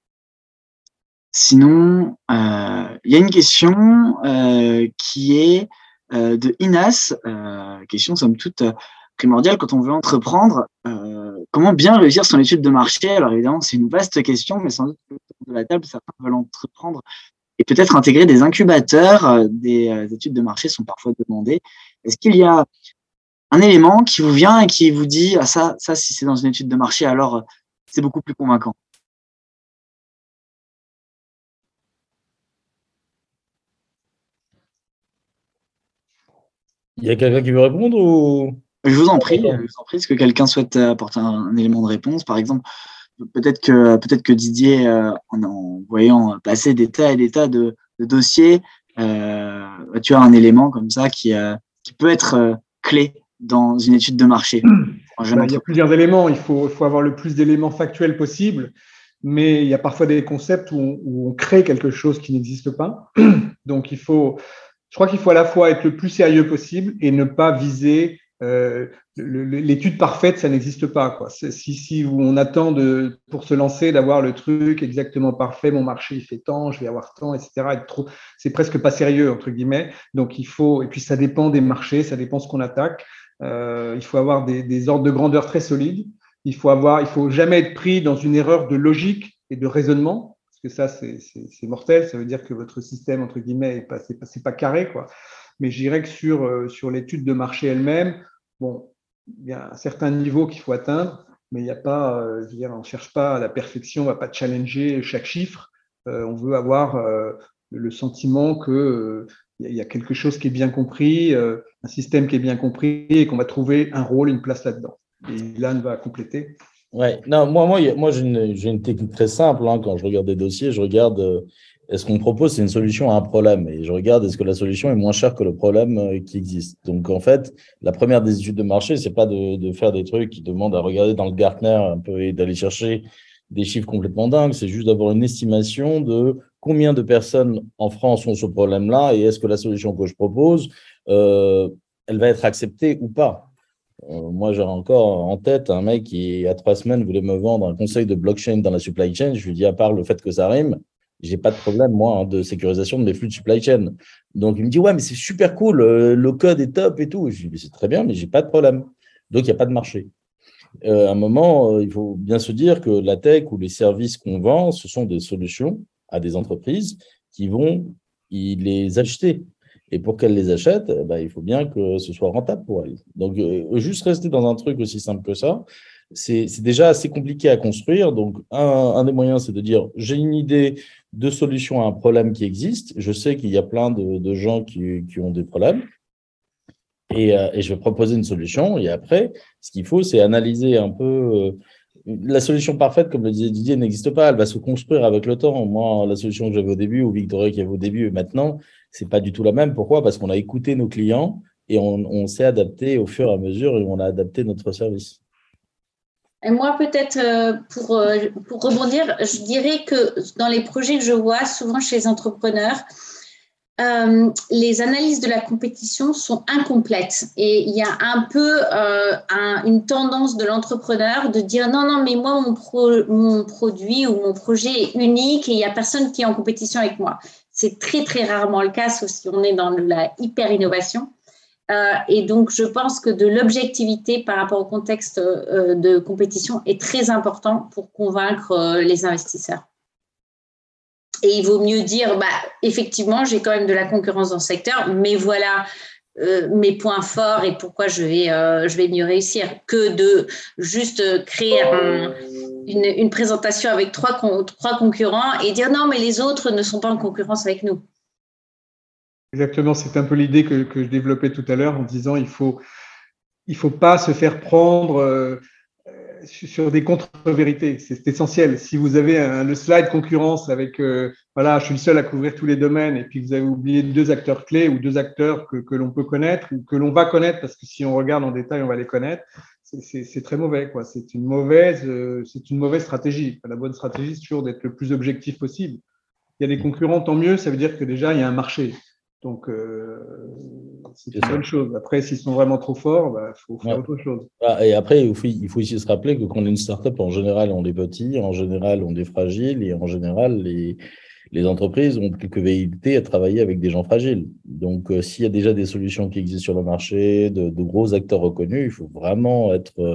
Sinon, il y a une question qui est de Inas, question somme toute primordiale quand on veut entreprendre. Comment bien réussir son étude de marché? Alors évidemment, c'est une vaste question, mais sans doute autour de la table, certains veulent entreprendre et peut-être intégrer des incubateurs. Des études de marché sont parfois demandées. Est-ce qu'il y a un élément qui vous vient et qui vous dit « Ah, ça, si c'est dans une étude de marché, alors c'est beaucoup plus convaincant ».
Il y a quelqu'un qui veut répondre ou...
Je vous en prie, est-ce que quelqu'un souhaite apporter un élément de réponse? Par exemple, peut-être que Didier, en voyant passer des tas et des tas de dossiers, tu as un élément comme ça qui peut être clé dans une étude de marché.
Il y a plusieurs éléments. Il faut avoir le plus d'éléments factuels possible, mais il y a parfois des concepts où on crée quelque chose qui n'existe pas. Donc, je crois qu'il faut à la fois être le plus sérieux possible et ne pas viser l'étude parfaite, ça n'existe pas, quoi. Si on attend pour se lancer d'avoir le truc exactement parfait, mon marché il fait tant, je vais avoir tant, etc. C'est presque pas sérieux entre guillemets. Donc et puis ça dépend des marchés, ça dépend ce qu'on attaque. Il faut avoir des ordres de grandeur très solides. Il faut jamais être pris dans une erreur de logique et de raisonnement, parce que ça c'est mortel. Ça veut dire que votre système entre guillemets c'est pas carré, quoi. Mais je dirais que sur l'étude de marché elle-même, bon, il y a un certain niveau qu'il faut atteindre, mais il n'y a pas, on ne cherche pas à la perfection, on ne va pas challenger chaque chiffre. On veut avoir le sentiment qu'il y a quelque chose qui est bien compris, un système qui est bien compris et qu'on va trouver un rôle, une place là-dedans. Et Ilan va compléter.
Ouais, non, moi j'ai une technique très simple. Hein. Quand je regarde des dossiers, je regarde est-ce qu'on propose c'est une solution à un problème et je regarde est-ce que la solution est moins chère que le problème qui existe. Donc en fait, la première des études de marché, c'est pas de faire des trucs qui demandent à regarder dans le Gartner un peu et d'aller chercher des chiffres complètement dingues. C'est juste d'avoir une estimation de combien de personnes en France ont ce problème-là et est-ce que la solution que je propose, elle va être acceptée ou pas. Moi, j'ai encore en tête un mec qui, il y a 3 semaines, voulait me vendre un conseil de blockchain dans la supply chain. Je lui dis, à part le fait que ça rime, j'ai pas de problème, moi, de sécurisation de mes flux de supply chain. Donc, il me dit, ouais, mais c'est super cool, le code est top et tout. Je lui dis, c'est très bien, mais j'ai pas de problème. Donc, il n'y a pas de marché. À un moment, il faut bien se dire que la tech ou les services qu'on vend, ce sont des solutions à des entreprises qui vont les acheter. Et pour qu'elles les achètent, il faut bien que ce soit rentable pour elles. Donc, juste rester dans un truc aussi simple que ça, c'est déjà assez compliqué à construire. Donc, un des moyens, c'est de dire, j'ai une idée de solution à un problème qui existe. Je sais qu'il y a plein de gens qui ont des problèmes. Et je vais proposer une solution. Et après, ce qu'il faut, c'est analyser un peu… la solution parfaite, comme le disait Didier, n'existe pas. Elle va se construire avec le temps. Moi, la solution que j'avais au début, ou Victoria qui avait au début et maintenant, c'est pas du tout la même. Pourquoi? Parce qu'on a écouté nos clients et on s'est adapté au fur et à mesure et on a adapté notre service.
Et moi, peut-être pour rebondir, je dirais que dans les projets que je vois, souvent chez les entrepreneurs, les analyses de la compétition sont incomplètes et il y a un peu une tendance de l'entrepreneur de dire non, mais moi, mon produit ou mon projet est unique et il n'y a personne qui est en compétition avec moi. C'est très, très rarement le cas, sauf si on est dans la hyper-innovation. Et donc, je pense que de l'objectivité par rapport au contexte de compétition est très important pour convaincre les investisseurs. Et il vaut mieux dire, effectivement, j'ai quand même de la concurrence dans le secteur, mais voilà mes points forts et pourquoi je vais mieux réussir, que de juste créer une présentation avec trois concurrents et dire non, mais les autres ne sont pas en concurrence avec nous.
Exactement, c'est un peu l'idée que je développais tout à l'heure en disant il faut pas se faire prendre sur des contre-vérités. C'est essentiel. Si vous avez le slide concurrence avec voilà, je suis le seul à couvrir tous les domaines et puis vous avez oublié 2 acteurs clés ou 2 acteurs que l'on peut connaître ou que l'on va connaître parce que si on regarde en détail, on va les connaître. C'est très mauvais, quoi. C'est une mauvaise stratégie. La bonne stratégie, c'est toujours d'être le plus objectif possible. Il y a des concurrents, tant mieux. Ça veut dire que déjà, il y a un marché. Donc, c'est une bonne chose. Après, s'ils sont vraiment trop forts, faut faire autre chose.
Et après, il faut aussi se rappeler que quand on est une startup, en général, on est petit, en général, on est fragile et en général, les entreprises ont quelques velléités à travailler avec des gens fragiles. Donc, s'il y a déjà des solutions qui existent sur le marché, de gros acteurs reconnus, il faut vraiment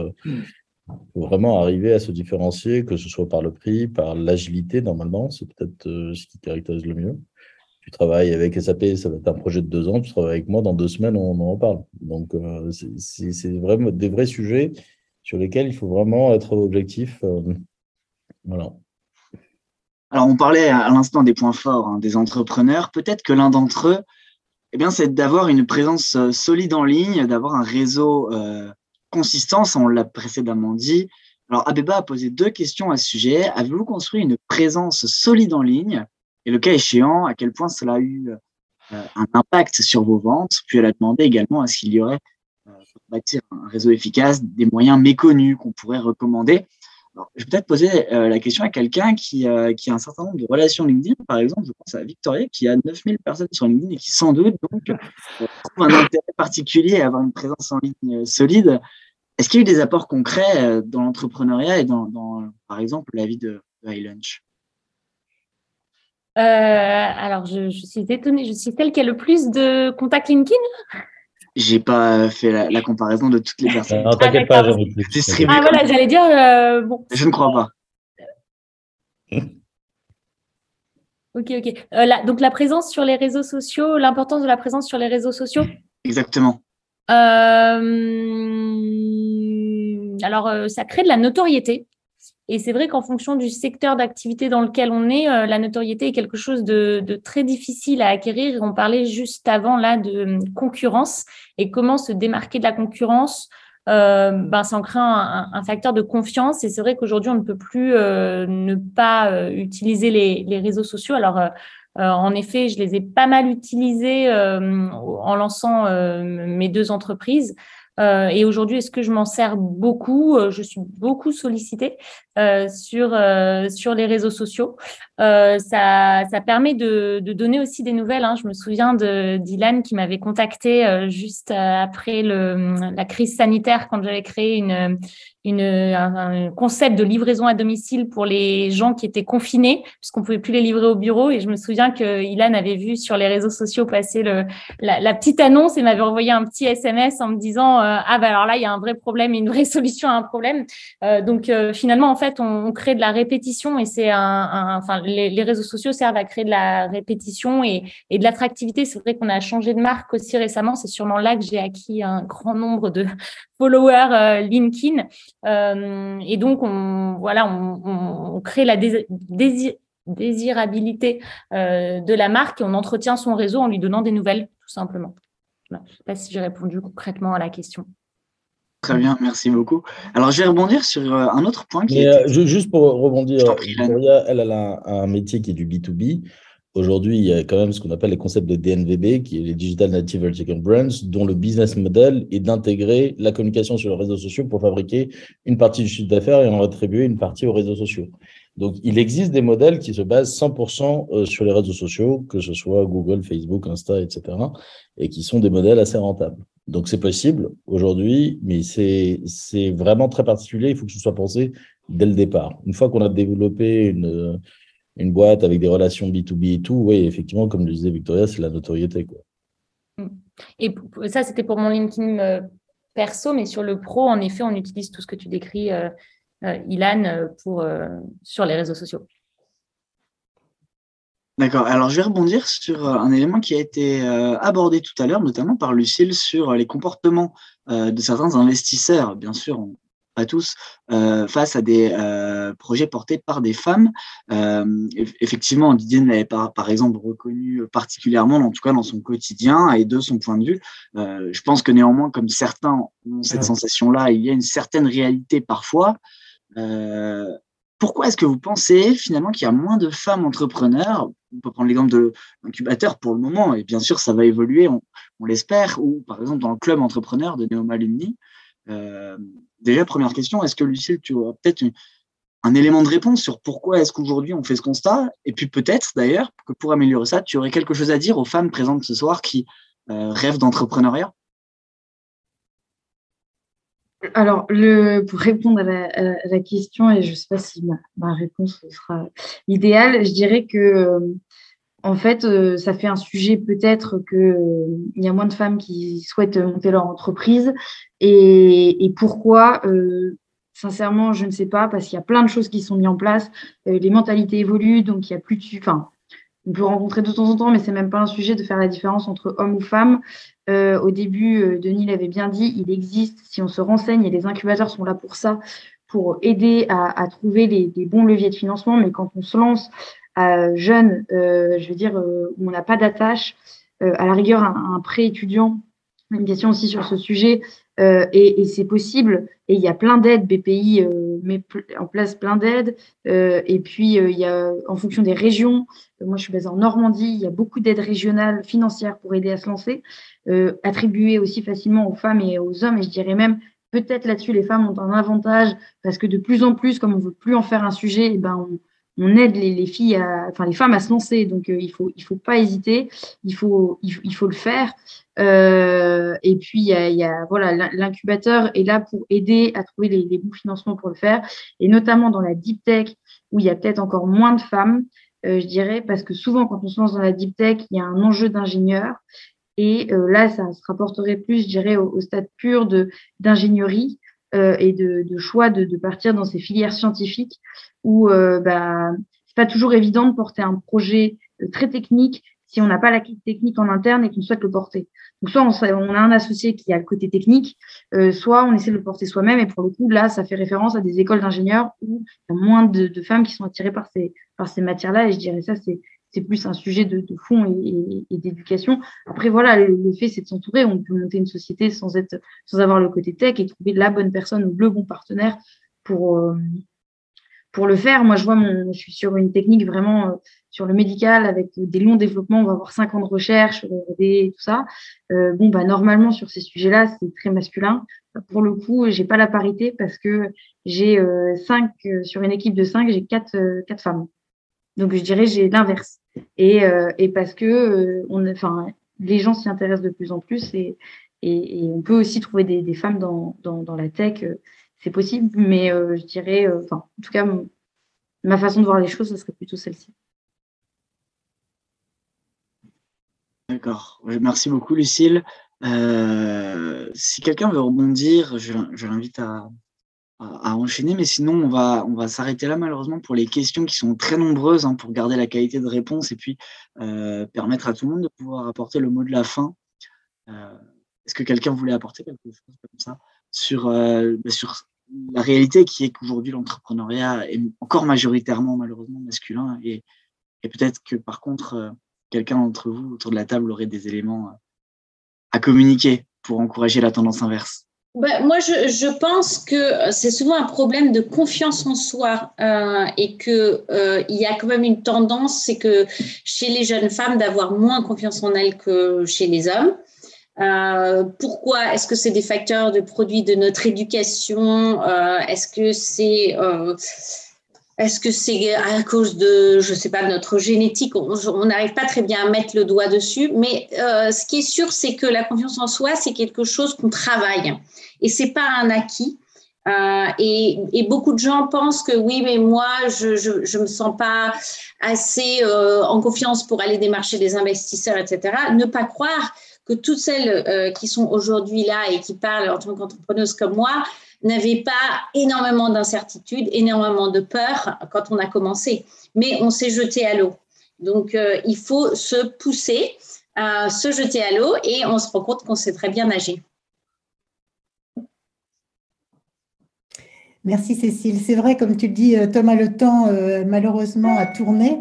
arriver à se différencier, que ce soit par le prix, par l'agilité, normalement, c'est peut-être ce qui caractérise le mieux. Tu travailles avec SAP, ça va être un projet de 2 ans, tu travailles avec moi, dans 2 semaines, on en parle. Donc, c'est vraiment des vrais sujets sur lesquels il faut vraiment être objectif. Voilà.
Alors, on parlait à l'instant des points forts des entrepreneurs. Peut-être que l'un d'entre eux, c'est d'avoir une présence solide en ligne, d'avoir un réseau consistant, ça on l'a précédemment dit. Alors, Abeba a posé 2 questions à ce sujet. Avez-vous construit une présence solide en ligne ? Et le cas échéant, à quel point cela a eu un impact sur vos ventes. Puis elle a demandé également est-ce qu'il y aurait, pour bâtir un réseau efficace, des moyens méconnus qu'on pourrait recommander. Alors, je vais peut-être poser la question à quelqu'un qui a un certain nombre de relations LinkedIn. Par exemple, je pense à Victoria qui a 9000 personnes sur LinkedIn et qui sans doute donc, trouve un intérêt particulier à avoir une présence en ligne solide. Est-ce qu'il y a eu des apports concrets dans l'entrepreneuriat et dans par exemple, la vie de iLunch ?
Alors, je suis étonnée. Je suis celle qui a le plus de contacts LinkedIn.
J'ai pas fait la comparaison de toutes les personnes.
Non, t'inquiète pas, j'en ai plus.
Ah voilà, j'allais dire bon.
Je ne crois pas.
Ok. Donc la présence sur les réseaux sociaux, l'importance de la présence sur les réseaux sociaux.
Exactement.
Alors, ça crée de la notoriété. Et c'est vrai qu'en fonction du secteur d'activité dans lequel on est, la notoriété est quelque chose de très difficile à acquérir. On parlait juste avant là de concurrence et comment se démarquer de la concurrence. Ça en crée un facteur de confiance. Et c'est vrai qu'aujourd'hui, on ne peut plus ne pas utiliser les réseaux sociaux. Alors, en effet, je les ai pas mal utilisés en lançant mes 2 entreprises. Et aujourd'hui, est-ce que je m'en sers beaucoup ? Je suis beaucoup sollicitée sur les réseaux sociaux. Ça permet de donner aussi des nouvelles. Je me souviens d'Ilan qui m'avait contacté juste après la crise sanitaire quand j'avais créé un concept de livraison à domicile pour les gens qui étaient confinés puisqu'on pouvait plus les livrer au bureau. Et je me souviens que Ilan avait vu sur les réseaux sociaux passer la petite annonce et m'avait envoyé un petit SMS en me disant alors là il y a un vrai problème, une vraie solution à un problème. Donc finalement en fait on crée de la répétition et c'est les réseaux sociaux servent à créer de la répétition et de l'attractivité. C'est vrai qu'on a changé de marque aussi récemment. C'est sûrement là que j'ai acquis un grand nombre de followers LinkedIn. Et donc, on crée la désirabilité de la marque et on entretient son réseau en lui donnant des nouvelles, tout simplement. Voilà. Je ne sais pas si j'ai répondu concrètement à la question.
Très bien, merci beaucoup. Alors, je vais rebondir sur un autre point qui
juste pour rebondir, Victoria, elle a un métier qui est du B2B. Aujourd'hui, il y a quand même ce qu'on appelle les concepts de DNVB, qui est les Digital Native Vertical Brands, dont le business model est d'intégrer la communication sur les réseaux sociaux pour fabriquer une partie du chiffre d'affaires et en rétribuer une partie aux réseaux sociaux. Donc, il existe des modèles qui se basent 100% sur les réseaux sociaux, que ce soit Google, Facebook, Insta, etc., et qui sont des modèles assez rentables. Donc, c'est possible aujourd'hui, mais c'est vraiment très particulier. Il faut que ce soit pensé dès le départ. Une fois qu'on a développé une boîte avec des relations B2B et tout, oui, effectivement, comme le disait Victoria, c'est la notoriété, quoi.
Et ça, c'était pour mon LinkedIn perso, mais sur le pro, en effet, on utilise tout ce que tu décris, Ilan, sur les réseaux sociaux.
D'accord. Alors, je vais rebondir sur un élément qui a été abordé tout à l'heure, notamment par Lucille, sur les comportements de certains investisseurs, bien sûr, pas tous, face à des projets portés par des femmes. Effectivement, Didier ne l'avait pas, par exemple, reconnu particulièrement, en tout cas dans son quotidien et de son point de vue. Je pense que néanmoins, comme certains ont cette sensation-là, il y a une certaine réalité parfois. Pourquoi est-ce que vous pensez finalement qu'il y a moins de femmes entrepreneurs? On peut prendre l'exemple de l'incubateur pour le moment, et bien sûr, ça va évoluer, on l'espère, ou par exemple dans le club entrepreneur de Neoma Alumni. Déjà, première question, est-ce que Lucille, tu as peut-être un élément de réponse sur pourquoi est-ce qu'aujourd'hui on fait ce constat? Et puis peut-être d'ailleurs que pour améliorer ça, tu aurais quelque chose à dire aux femmes présentes ce soir qui rêvent d'entrepreneuriat?
Alors, pour répondre à la question, et je ne sais pas si ma réponse sera idéale, je dirais que, en fait, ça fait un sujet peut-être qu'il y a moins de femmes qui souhaitent monter leur entreprise. Et pourquoi sincèrement, je ne sais pas, parce qu'il y a plein de choses qui sont mises en place. Les mentalités évoluent, donc il n'y a plus de… Enfin, on peut rencontrer de temps en temps, mais ce n'est même pas un sujet de faire la différence entre hommes ou femmes. Au début, Denis l'avait bien dit, il existe, si on se renseigne, et les incubateurs sont là pour ça, pour aider à trouver les bons leviers de financement. Mais quand on se lance jeune, je veux dire, où on n'a pas d'attache, à la rigueur, un prêt étudiant, une question aussi sur ce sujet, et c'est possible. Et il y a plein d'aides, BPI met en place plein d'aides. Et puis, il y a, en fonction des régions, moi je suis basée en Normandie, il y a beaucoup d'aides régionales financières pour aider à se lancer, attribuées aussi facilement aux femmes et aux hommes. Et je dirais même, peut-être là-dessus, les femmes ont un avantage parce que de plus en plus, comme on ne veut plus en faire un sujet, eh ben, on aide les filles, les femmes à se lancer. Donc, il faut pas hésiter, il faut le faire. Et puis, il y a voilà, l'incubateur est là pour aider à trouver les bons financements pour le faire. Et notamment dans la deep tech, où il y a peut-être encore moins de femmes, je dirais, parce que souvent, quand on se lance dans la deep tech, il y a un enjeu d'ingénieur. Et là, ça se rapporterait plus, je dirais, au stade pur d'ingénierie et de choix de partir dans ces filières scientifiques où c'est pas toujours évident de porter un projet très technique si on n'a pas la technique en interne et qu'on souhaite le porter. Donc, soit on a un associé qui a le côté technique, soit on essaie de le porter soi-même. Et pour le coup, là, ça fait référence à des écoles d'ingénieurs où il y a moins de femmes qui sont attirées par ces matières-là. Et je dirais ça, c'est plus un sujet de fond et d'éducation. Après, voilà, le fait, c'est de s'entourer. On peut monter une société sans avoir le côté tech et trouver la bonne personne ou le bon partenaire pour le faire. Moi, je suis sur une technique vraiment sur le médical avec des longs développements. On va avoir 5 ans de recherche, et tout ça. Normalement, sur ces sujets-là, c'est très masculin. Pour le coup, j'ai pas la parité parce que j'ai 5 sur une équipe de 5, j'ai 4 femmes. Donc, je dirais j'ai l'inverse. Et parce que les gens s'y intéressent de plus en plus et on peut aussi trouver des femmes dans la tech. C'est possible, mais je dirais, en tout cas, ma façon de voir les choses, ce serait plutôt celle-ci.
D'accord. Merci beaucoup, Lucille. Si quelqu'un veut rebondir, je l'invite à enchaîner, mais sinon, on va s'arrêter là, malheureusement, pour les questions qui sont très nombreuses, pour garder la qualité de réponse et puis permettre à tout le monde de pouvoir apporter le mot de la fin. Est-ce que quelqu'un voulait apporter quelque chose comme ça sur la réalité qui est qu'aujourd'hui, l'entrepreneuriat est encore majoritairement, malheureusement, masculin et peut-être que, par contre, quelqu'un d'entre vous, autour de la table, aurait des éléments à communiquer pour encourager la tendance inverse.
Moi, je pense que c'est souvent un problème de confiance en soi et qu'il y a quand même une tendance, c'est que chez les jeunes femmes, d'avoir moins confiance en elles que chez les hommes. Pourquoi? Est-ce que c'est des facteurs de produits de notre éducation? Est-ce que c'est à cause de, je sais pas, de notre génétique? On n'arrive pas très bien à mettre le doigt dessus, mais ce qui est sûr, c'est que la confiance en soi, c'est quelque chose qu'on travaille et c'est pas un acquis. Et beaucoup de gens pensent que oui, mais moi, je me sens pas assez en confiance pour aller démarcher des investisseurs, etc. Ne pas croire que toutes celles qui sont aujourd'hui là et qui parlent en tant qu'entrepreneuses comme moi n'avaient pas énormément d'incertitudes, énormément de peur quand on a commencé. Mais on s'est jeté à l'eau. Donc, il faut se pousser, se jeter à l'eau et on se rend compte qu'on sait très bien nager.
Merci Cécile. C'est vrai, comme tu le dis, Thomas, le temps malheureusement a tourné.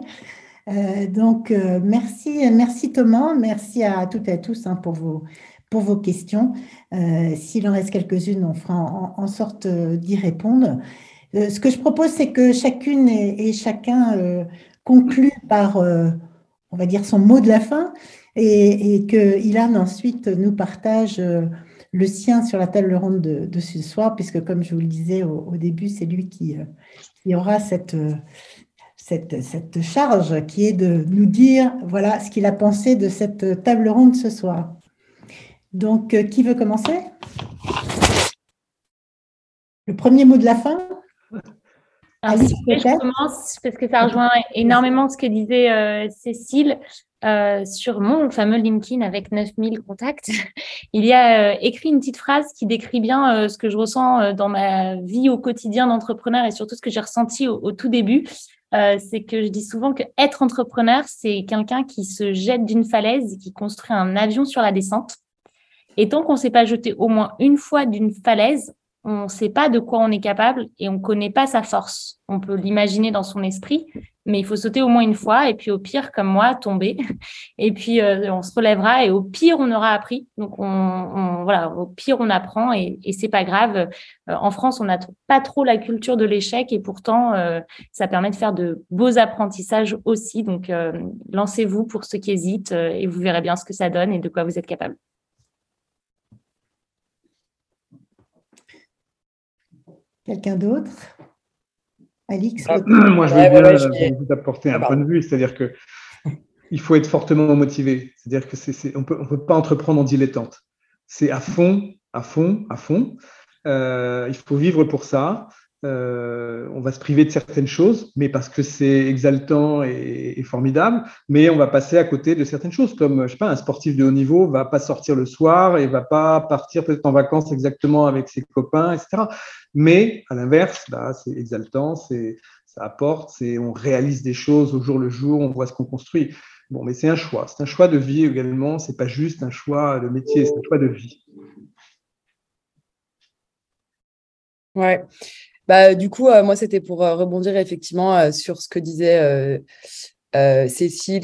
Merci Thomas, merci à toutes et à tous pour vos questions. S'il en reste quelques-unes, on fera en sorte d'y répondre. Ce que je propose, c'est que chacune et chacun conclue par, on va dire, son mot de la fin et que Ilan ensuite nous partage le sien sur la table ronde de ce soir, puisque comme je vous le disais au début, c'est lui qui aura cette charge qui est de nous dire voilà ce qu'il a pensé de cette table ronde ce soir. Donc, qui veut commencer? Le premier mot de la fin?
Alors, si je commence, parce que ça rejoint énormément ce que disait Cécile sur mon fameux LinkedIn avec 9000 contacts. Il y a écrit une petite phrase qui décrit bien ce que je ressens dans ma vie au quotidien d'entrepreneur et surtout ce que j'ai ressenti au tout début. C'est que je dis souvent que être entrepreneur, c'est quelqu'un qui se jette d'une falaise et qui construit un avion sur la descente. Et tant qu'on ne s'est pas jeté au moins une fois d'une falaise, on ne sait pas de quoi on est capable et on ne connaît pas sa force. On peut l'imaginer dans son esprit, mais il faut sauter au moins une fois et puis au pire, comme moi, tomber. Et puis, on se relèvera et au pire, on aura appris. Donc, voilà, au pire, on apprend et c'est pas grave. En France, on n'a pas trop la culture de l'échec et pourtant, ça permet de faire de beaux apprentissages aussi. Donc, lancez-vous pour ceux qui hésitent et vous verrez bien ce que ça donne et de quoi vous êtes capable.
Quelqu'un d'autre? Alix?
Moi, je veux bien vous apporter un point de vue, c'est-à-dire que il faut être fortement motivé. C'est-à-dire que on peut pas entreprendre en dilettante. C'est à fond, à fond, à fond. Il faut vivre pour ça. On va se priver de certaines choses, mais parce que c'est exaltant et formidable, mais on va passer à côté de certaines choses, comme, je sais pas, un sportif de haut niveau va pas sortir le soir et va pas partir peut-être en vacances exactement avec ses copains, etc. Mais à l'inverse, là, c'est exaltant, ça apporte, on réalise des choses au jour le jour, on voit ce qu'on construit. Bon, mais c'est un choix de vie également, c'est pas juste un choix de métier, c'est un choix de vie.
Ouais. Du coup, moi, c'était pour rebondir effectivement sur ce que disait Cécile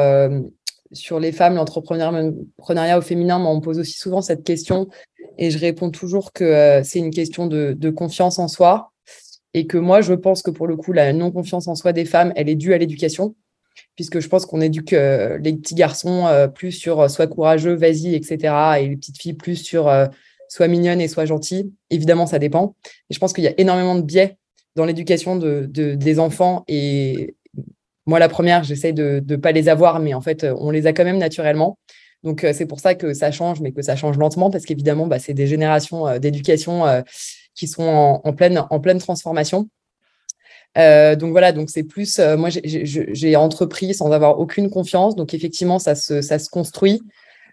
sur les femmes, l'entrepreneuriat au féminin. Moi, on me pose aussi souvent cette question et je réponds toujours que c'est une question de confiance en soi et que moi, je pense que pour le coup, la non-confiance en soi des femmes, elle est due à l'éducation, puisque je pense qu'on éduque les petits garçons plus sur sois courageux, vas-y, etc. et les petites filles plus sur sois mignonne et sois gentille. Évidemment, ça dépend. Et je pense qu'il y a énormément de biais dans l'éducation des enfants. Et moi, la première, j'essaie de ne pas les avoir, mais en fait, on les a quand même naturellement. Donc, c'est pour ça que ça change, mais que ça change lentement, parce qu'évidemment, c'est des générations d'éducation qui sont en pleine transformation. Donc voilà, donc c'est plus, moi j'ai entrepris sans avoir aucune confiance, donc effectivement, ça se construit.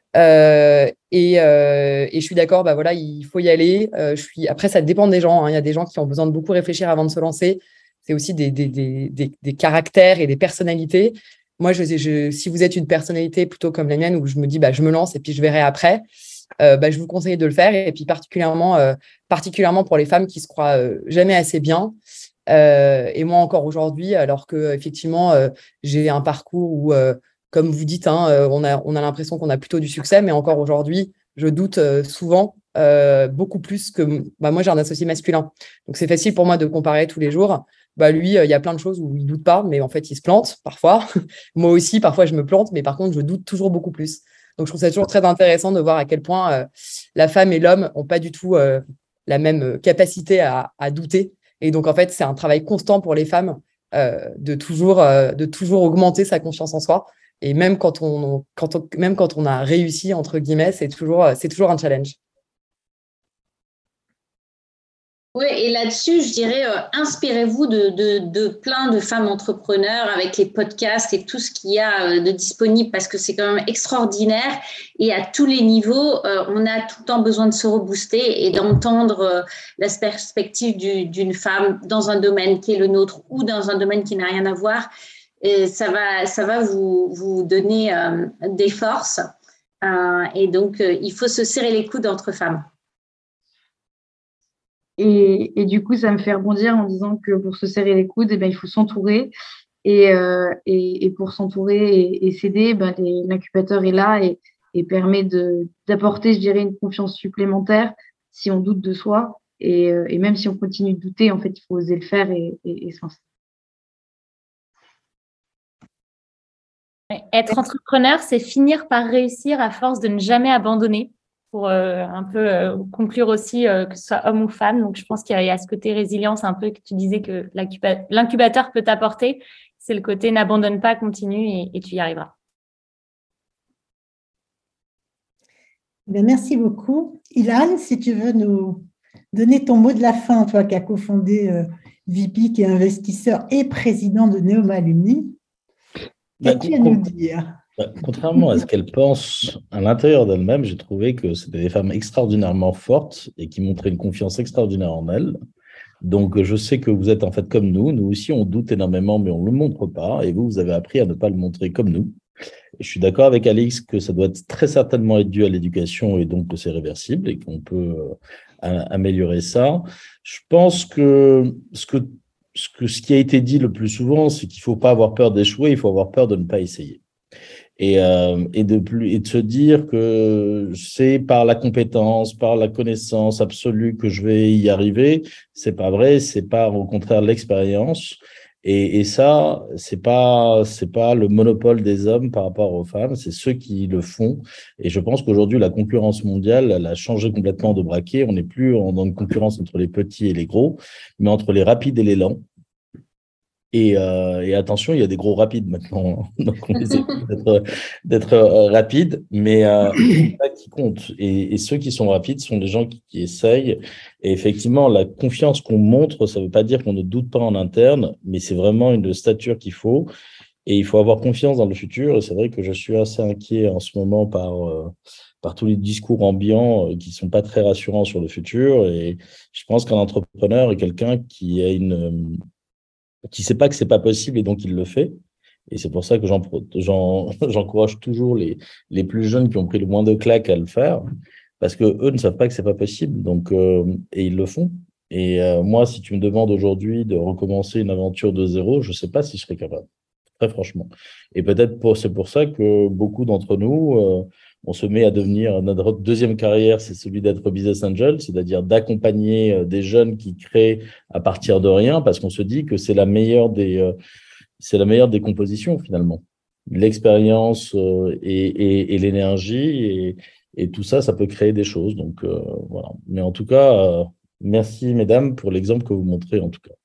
Et je suis d'accord, voilà, il faut y aller. Après, ça dépend des gens, hein. Il y a des gens qui ont besoin de beaucoup réfléchir avant de se lancer. C'est aussi des caractères et des personnalités. Moi, si vous êtes une personnalité plutôt comme la mienne, où je me dis, je me lance et puis je verrai après, je vous conseille de le faire. Et puis particulièrement pour les femmes qui se croient jamais assez bien. Et moi, encore aujourd'hui, alors que effectivement, j'ai un parcours où comme vous dites, hein, on a l'impression qu'on a plutôt du succès, mais encore aujourd'hui, je doute souvent, beaucoup plus que… moi, j'ai un associé masculin. Donc, c'est facile pour moi de comparer tous les jours. Lui, il y a plein de choses où il ne doute pas, mais en fait, il se plante parfois. Moi aussi, parfois, je me plante, mais par contre, je doute toujours beaucoup plus. Donc, je trouve ça toujours très intéressant de voir à quel point la femme et l'homme n'ont pas du tout la même capacité à douter. Et donc, en fait, c'est un travail constant pour les femmes de toujours augmenter sa confiance en soi. Et même quand on a réussi, entre guillemets, c'est toujours un challenge.
Oui, et là-dessus, je dirais, inspirez-vous de plein de femmes entrepreneurs avec les podcasts et tout ce qu'il y a de disponible parce que c'est quand même extraordinaire et à tous les niveaux, on a tout le temps besoin de se rebooster et d'entendre la perspective d'une femme dans un domaine qui est le nôtre ou dans un domaine qui n'a rien à voir. Et ça va vous donner des forces et donc il faut se serrer les coudes entre femmes.
Et du coup, ça me fait rebondir en disant que pour se serrer les coudes, il faut s'entourer. Et pour s'entourer et s'aider, l'incubateur est là et permet d'apporter, je dirais, une confiance supplémentaire si on doute de soi. Et même si on continue de douter, en fait, il faut oser le faire et se lancer.
Être entrepreneur, c'est finir par réussir à force de ne jamais abandonner. Pour un peu conclure aussi, que ce soit homme ou femme. Donc, je pense qu'il y a ce côté résilience un peu que tu disais que l'incubateur peut t'apporter. C'est le côté n'abandonne pas, continue et tu y arriveras.
Merci beaucoup. Ilan, si tu veux nous donner ton mot de la fin, toi qui as cofondé VP, qui est investisseur et président de Neoma Alumni, qu'as-tu à nous dire ?
Contrairement à ce qu'elles pensent à l'intérieur d'elles-mêmes, j'ai trouvé que c'était des femmes extraordinairement fortes et qui montraient une confiance extraordinaire en elles. Donc, je sais que vous êtes en fait comme nous. Nous aussi, on doute énormément, mais on ne le montre pas. Et vous avez appris à ne pas le montrer comme nous. Et je suis d'accord avec Alix que ça doit très certainement être dû à l'éducation et donc que c'est réversible et qu'on peut améliorer ça. Je pense que ce qui a été dit le plus souvent, c'est qu'il ne faut pas avoir peur d'échouer, il faut avoir peur de ne pas essayer. Et de se dire que c'est par la compétence, par la connaissance absolue que je vais y arriver, c'est pas vrai, c'est par au contraire l'expérience. Et ça, c'est pas le monopole des hommes par rapport aux femmes, c'est ceux qui le font. Et je pense qu'aujourd'hui, la concurrence mondiale, elle a changé complètement de braquet. On n'est plus dans une concurrence entre les petits et les gros, mais entre les rapides et les lents. Et attention, il y a des gros rapides maintenant, donc on essaie d'être rapides, mais c'est ça qui compte. Et ceux qui sont rapides sont des gens qui essayent. Et effectivement, la confiance qu'on montre, ça ne veut pas dire qu'on ne doute pas en interne, mais c'est vraiment une stature qu'il faut. Et il faut avoir confiance dans le futur. Et c'est vrai que je suis assez inquiet en ce moment par tous les discours ambiants qui ne sont pas très rassurants sur le futur. Et je pense qu'un entrepreneur est quelqu'un qui a qui ne sait pas que ce n'est pas possible et donc il le fait. Et c'est pour ça que j'encourage toujours les plus jeunes qui ont pris le moins de claques à le faire, parce qu'eux ne savent pas que ce n'est pas possible. Donc, et ils le font. Et moi, si tu me demandes aujourd'hui de recommencer une aventure de zéro, je ne sais pas si je serais capable, très franchement. Et peut-être c'est pour ça que beaucoup d'entre nous, on se met à devenir, notre deuxième carrière, c'est celui d'être business angel, c'est-à-dire d'accompagner des jeunes qui créent à partir de rien, parce qu'on se dit que c'est la meilleure des compositions finalement. L'expérience et l'énergie et tout ça, ça peut créer des choses. Donc voilà. Mais en tout cas, merci mesdames pour l'exemple que vous montrez en tout cas.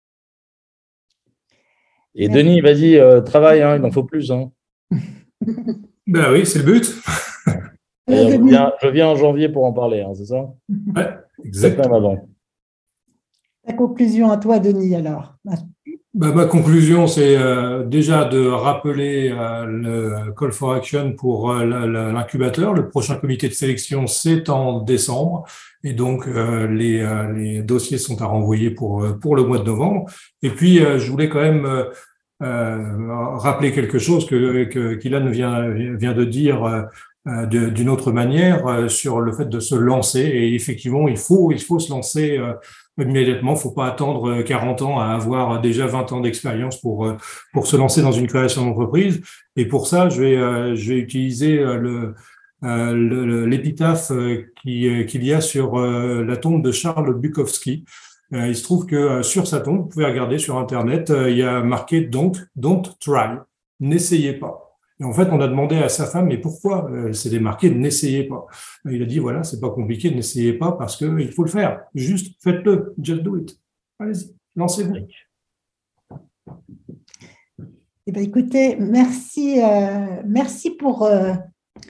Et merci. Denis, vas-y, travaille, hein, il en faut plus. Hein.
Ben oui, c'est le but.
Je viens en janvier pour en parler, hein, c'est ça?
Oui, exactement.
Ta conclusion à toi, Denis, alors?
Ma conclusion, c'est déjà de rappeler le Call for Action pour l'incubateur. Le prochain comité de sélection, c'est en décembre. Et donc, les dossiers sont à renvoyer pour le mois de novembre. Et puis, je voulais quand même rappeler quelque chose qu'Ilan vient de dire d'une autre manière sur le fait de se lancer. Et effectivement, il faut se lancer immédiatement. Il ne faut pas attendre 40 ans à avoir déjà 20 ans d'expérience pour se lancer dans une création d'entreprise. Et pour ça, je vais utiliser l'épitaphe qu'il y a sur la tombe de Charles Bukowski. Il se trouve que sur sa tombe, vous pouvez regarder sur Internet, il y a marqué don't try, n'essayez pas. Et en fait, on a demandé à sa femme, mais pourquoi c'est marqué n'essayez pas? Il a dit, voilà, c'est pas compliqué, n'essayez pas parce qu'il faut le faire. Juste faites-le, just do it. Allez-y, lancez-vous.
Eh bien, écoutez, merci pour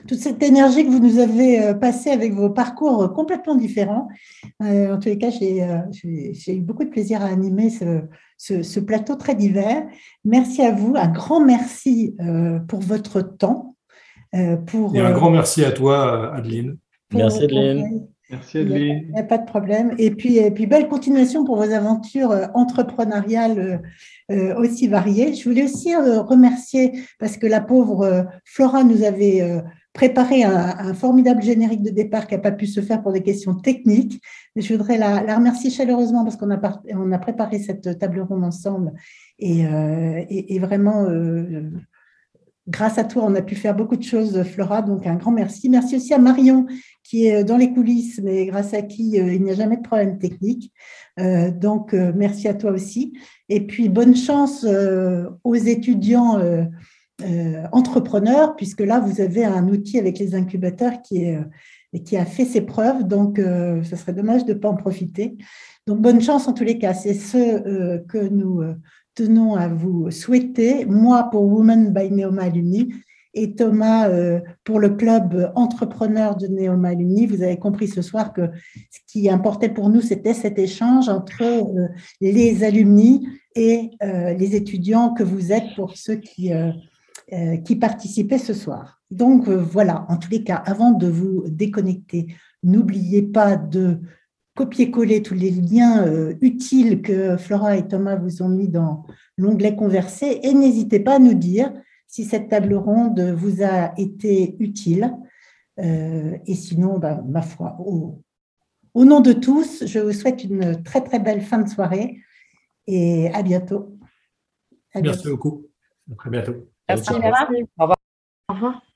toute cette énergie que vous nous avez passée avec vos parcours complètement différents. En tous les cas, j'ai eu beaucoup de plaisir à animer ce plateau très divers. Merci à vous, un grand merci pour votre temps.
Et un grand merci à toi, Adeline.
Merci, Adeline.
Merci, Adeline.
Il n'y a pas de problème. Et puis, belle continuation pour vos aventures entrepreneuriales aussi variées. Je voulais aussi remercier, parce que la pauvre Flora nous avait préparé un formidable générique de départ qui n'a pas pu se faire pour des questions techniques. Je voudrais la remercier chaleureusement parce qu'on a préparé cette table ronde ensemble. Et vraiment, grâce à toi, on a pu faire beaucoup de choses, Flora. Donc, un grand merci. Merci aussi à Marion, qui est dans les coulisses, mais grâce à qui il n'y a jamais de problème technique. Donc, merci à toi aussi. Et puis, bonne chance aux étudiants entrepreneurs, puisque là, vous avez un outil avec les incubateurs qui a fait ses preuves. Donc, ce serait dommage de ne pas en profiter. Donc, bonne chance en tous les cas. C'est ce que nous tenons à vous souhaiter. Moi, pour Women by Neoma Alumni, et Thomas pour le club entrepreneur de Neoma Alumni. Vous avez compris ce soir que ce qui importait pour nous, c'était cet échange entre les alumni et les étudiants que vous êtes pour ceux qui participaient ce soir. Donc voilà, en tous les cas, avant de vous déconnecter, n'oubliez pas de copier-coller tous les liens utiles que Flora et Thomas vous ont mis dans l'onglet Converser et n'hésitez pas à nous dire si cette table ronde vous a été utile. Et sinon, ma foi, au nom de tous, je vous souhaite une très, très belle fin de soirée et à bientôt.
Merci beaucoup. À très bientôt.
Merci. Au revoir.
Au revoir.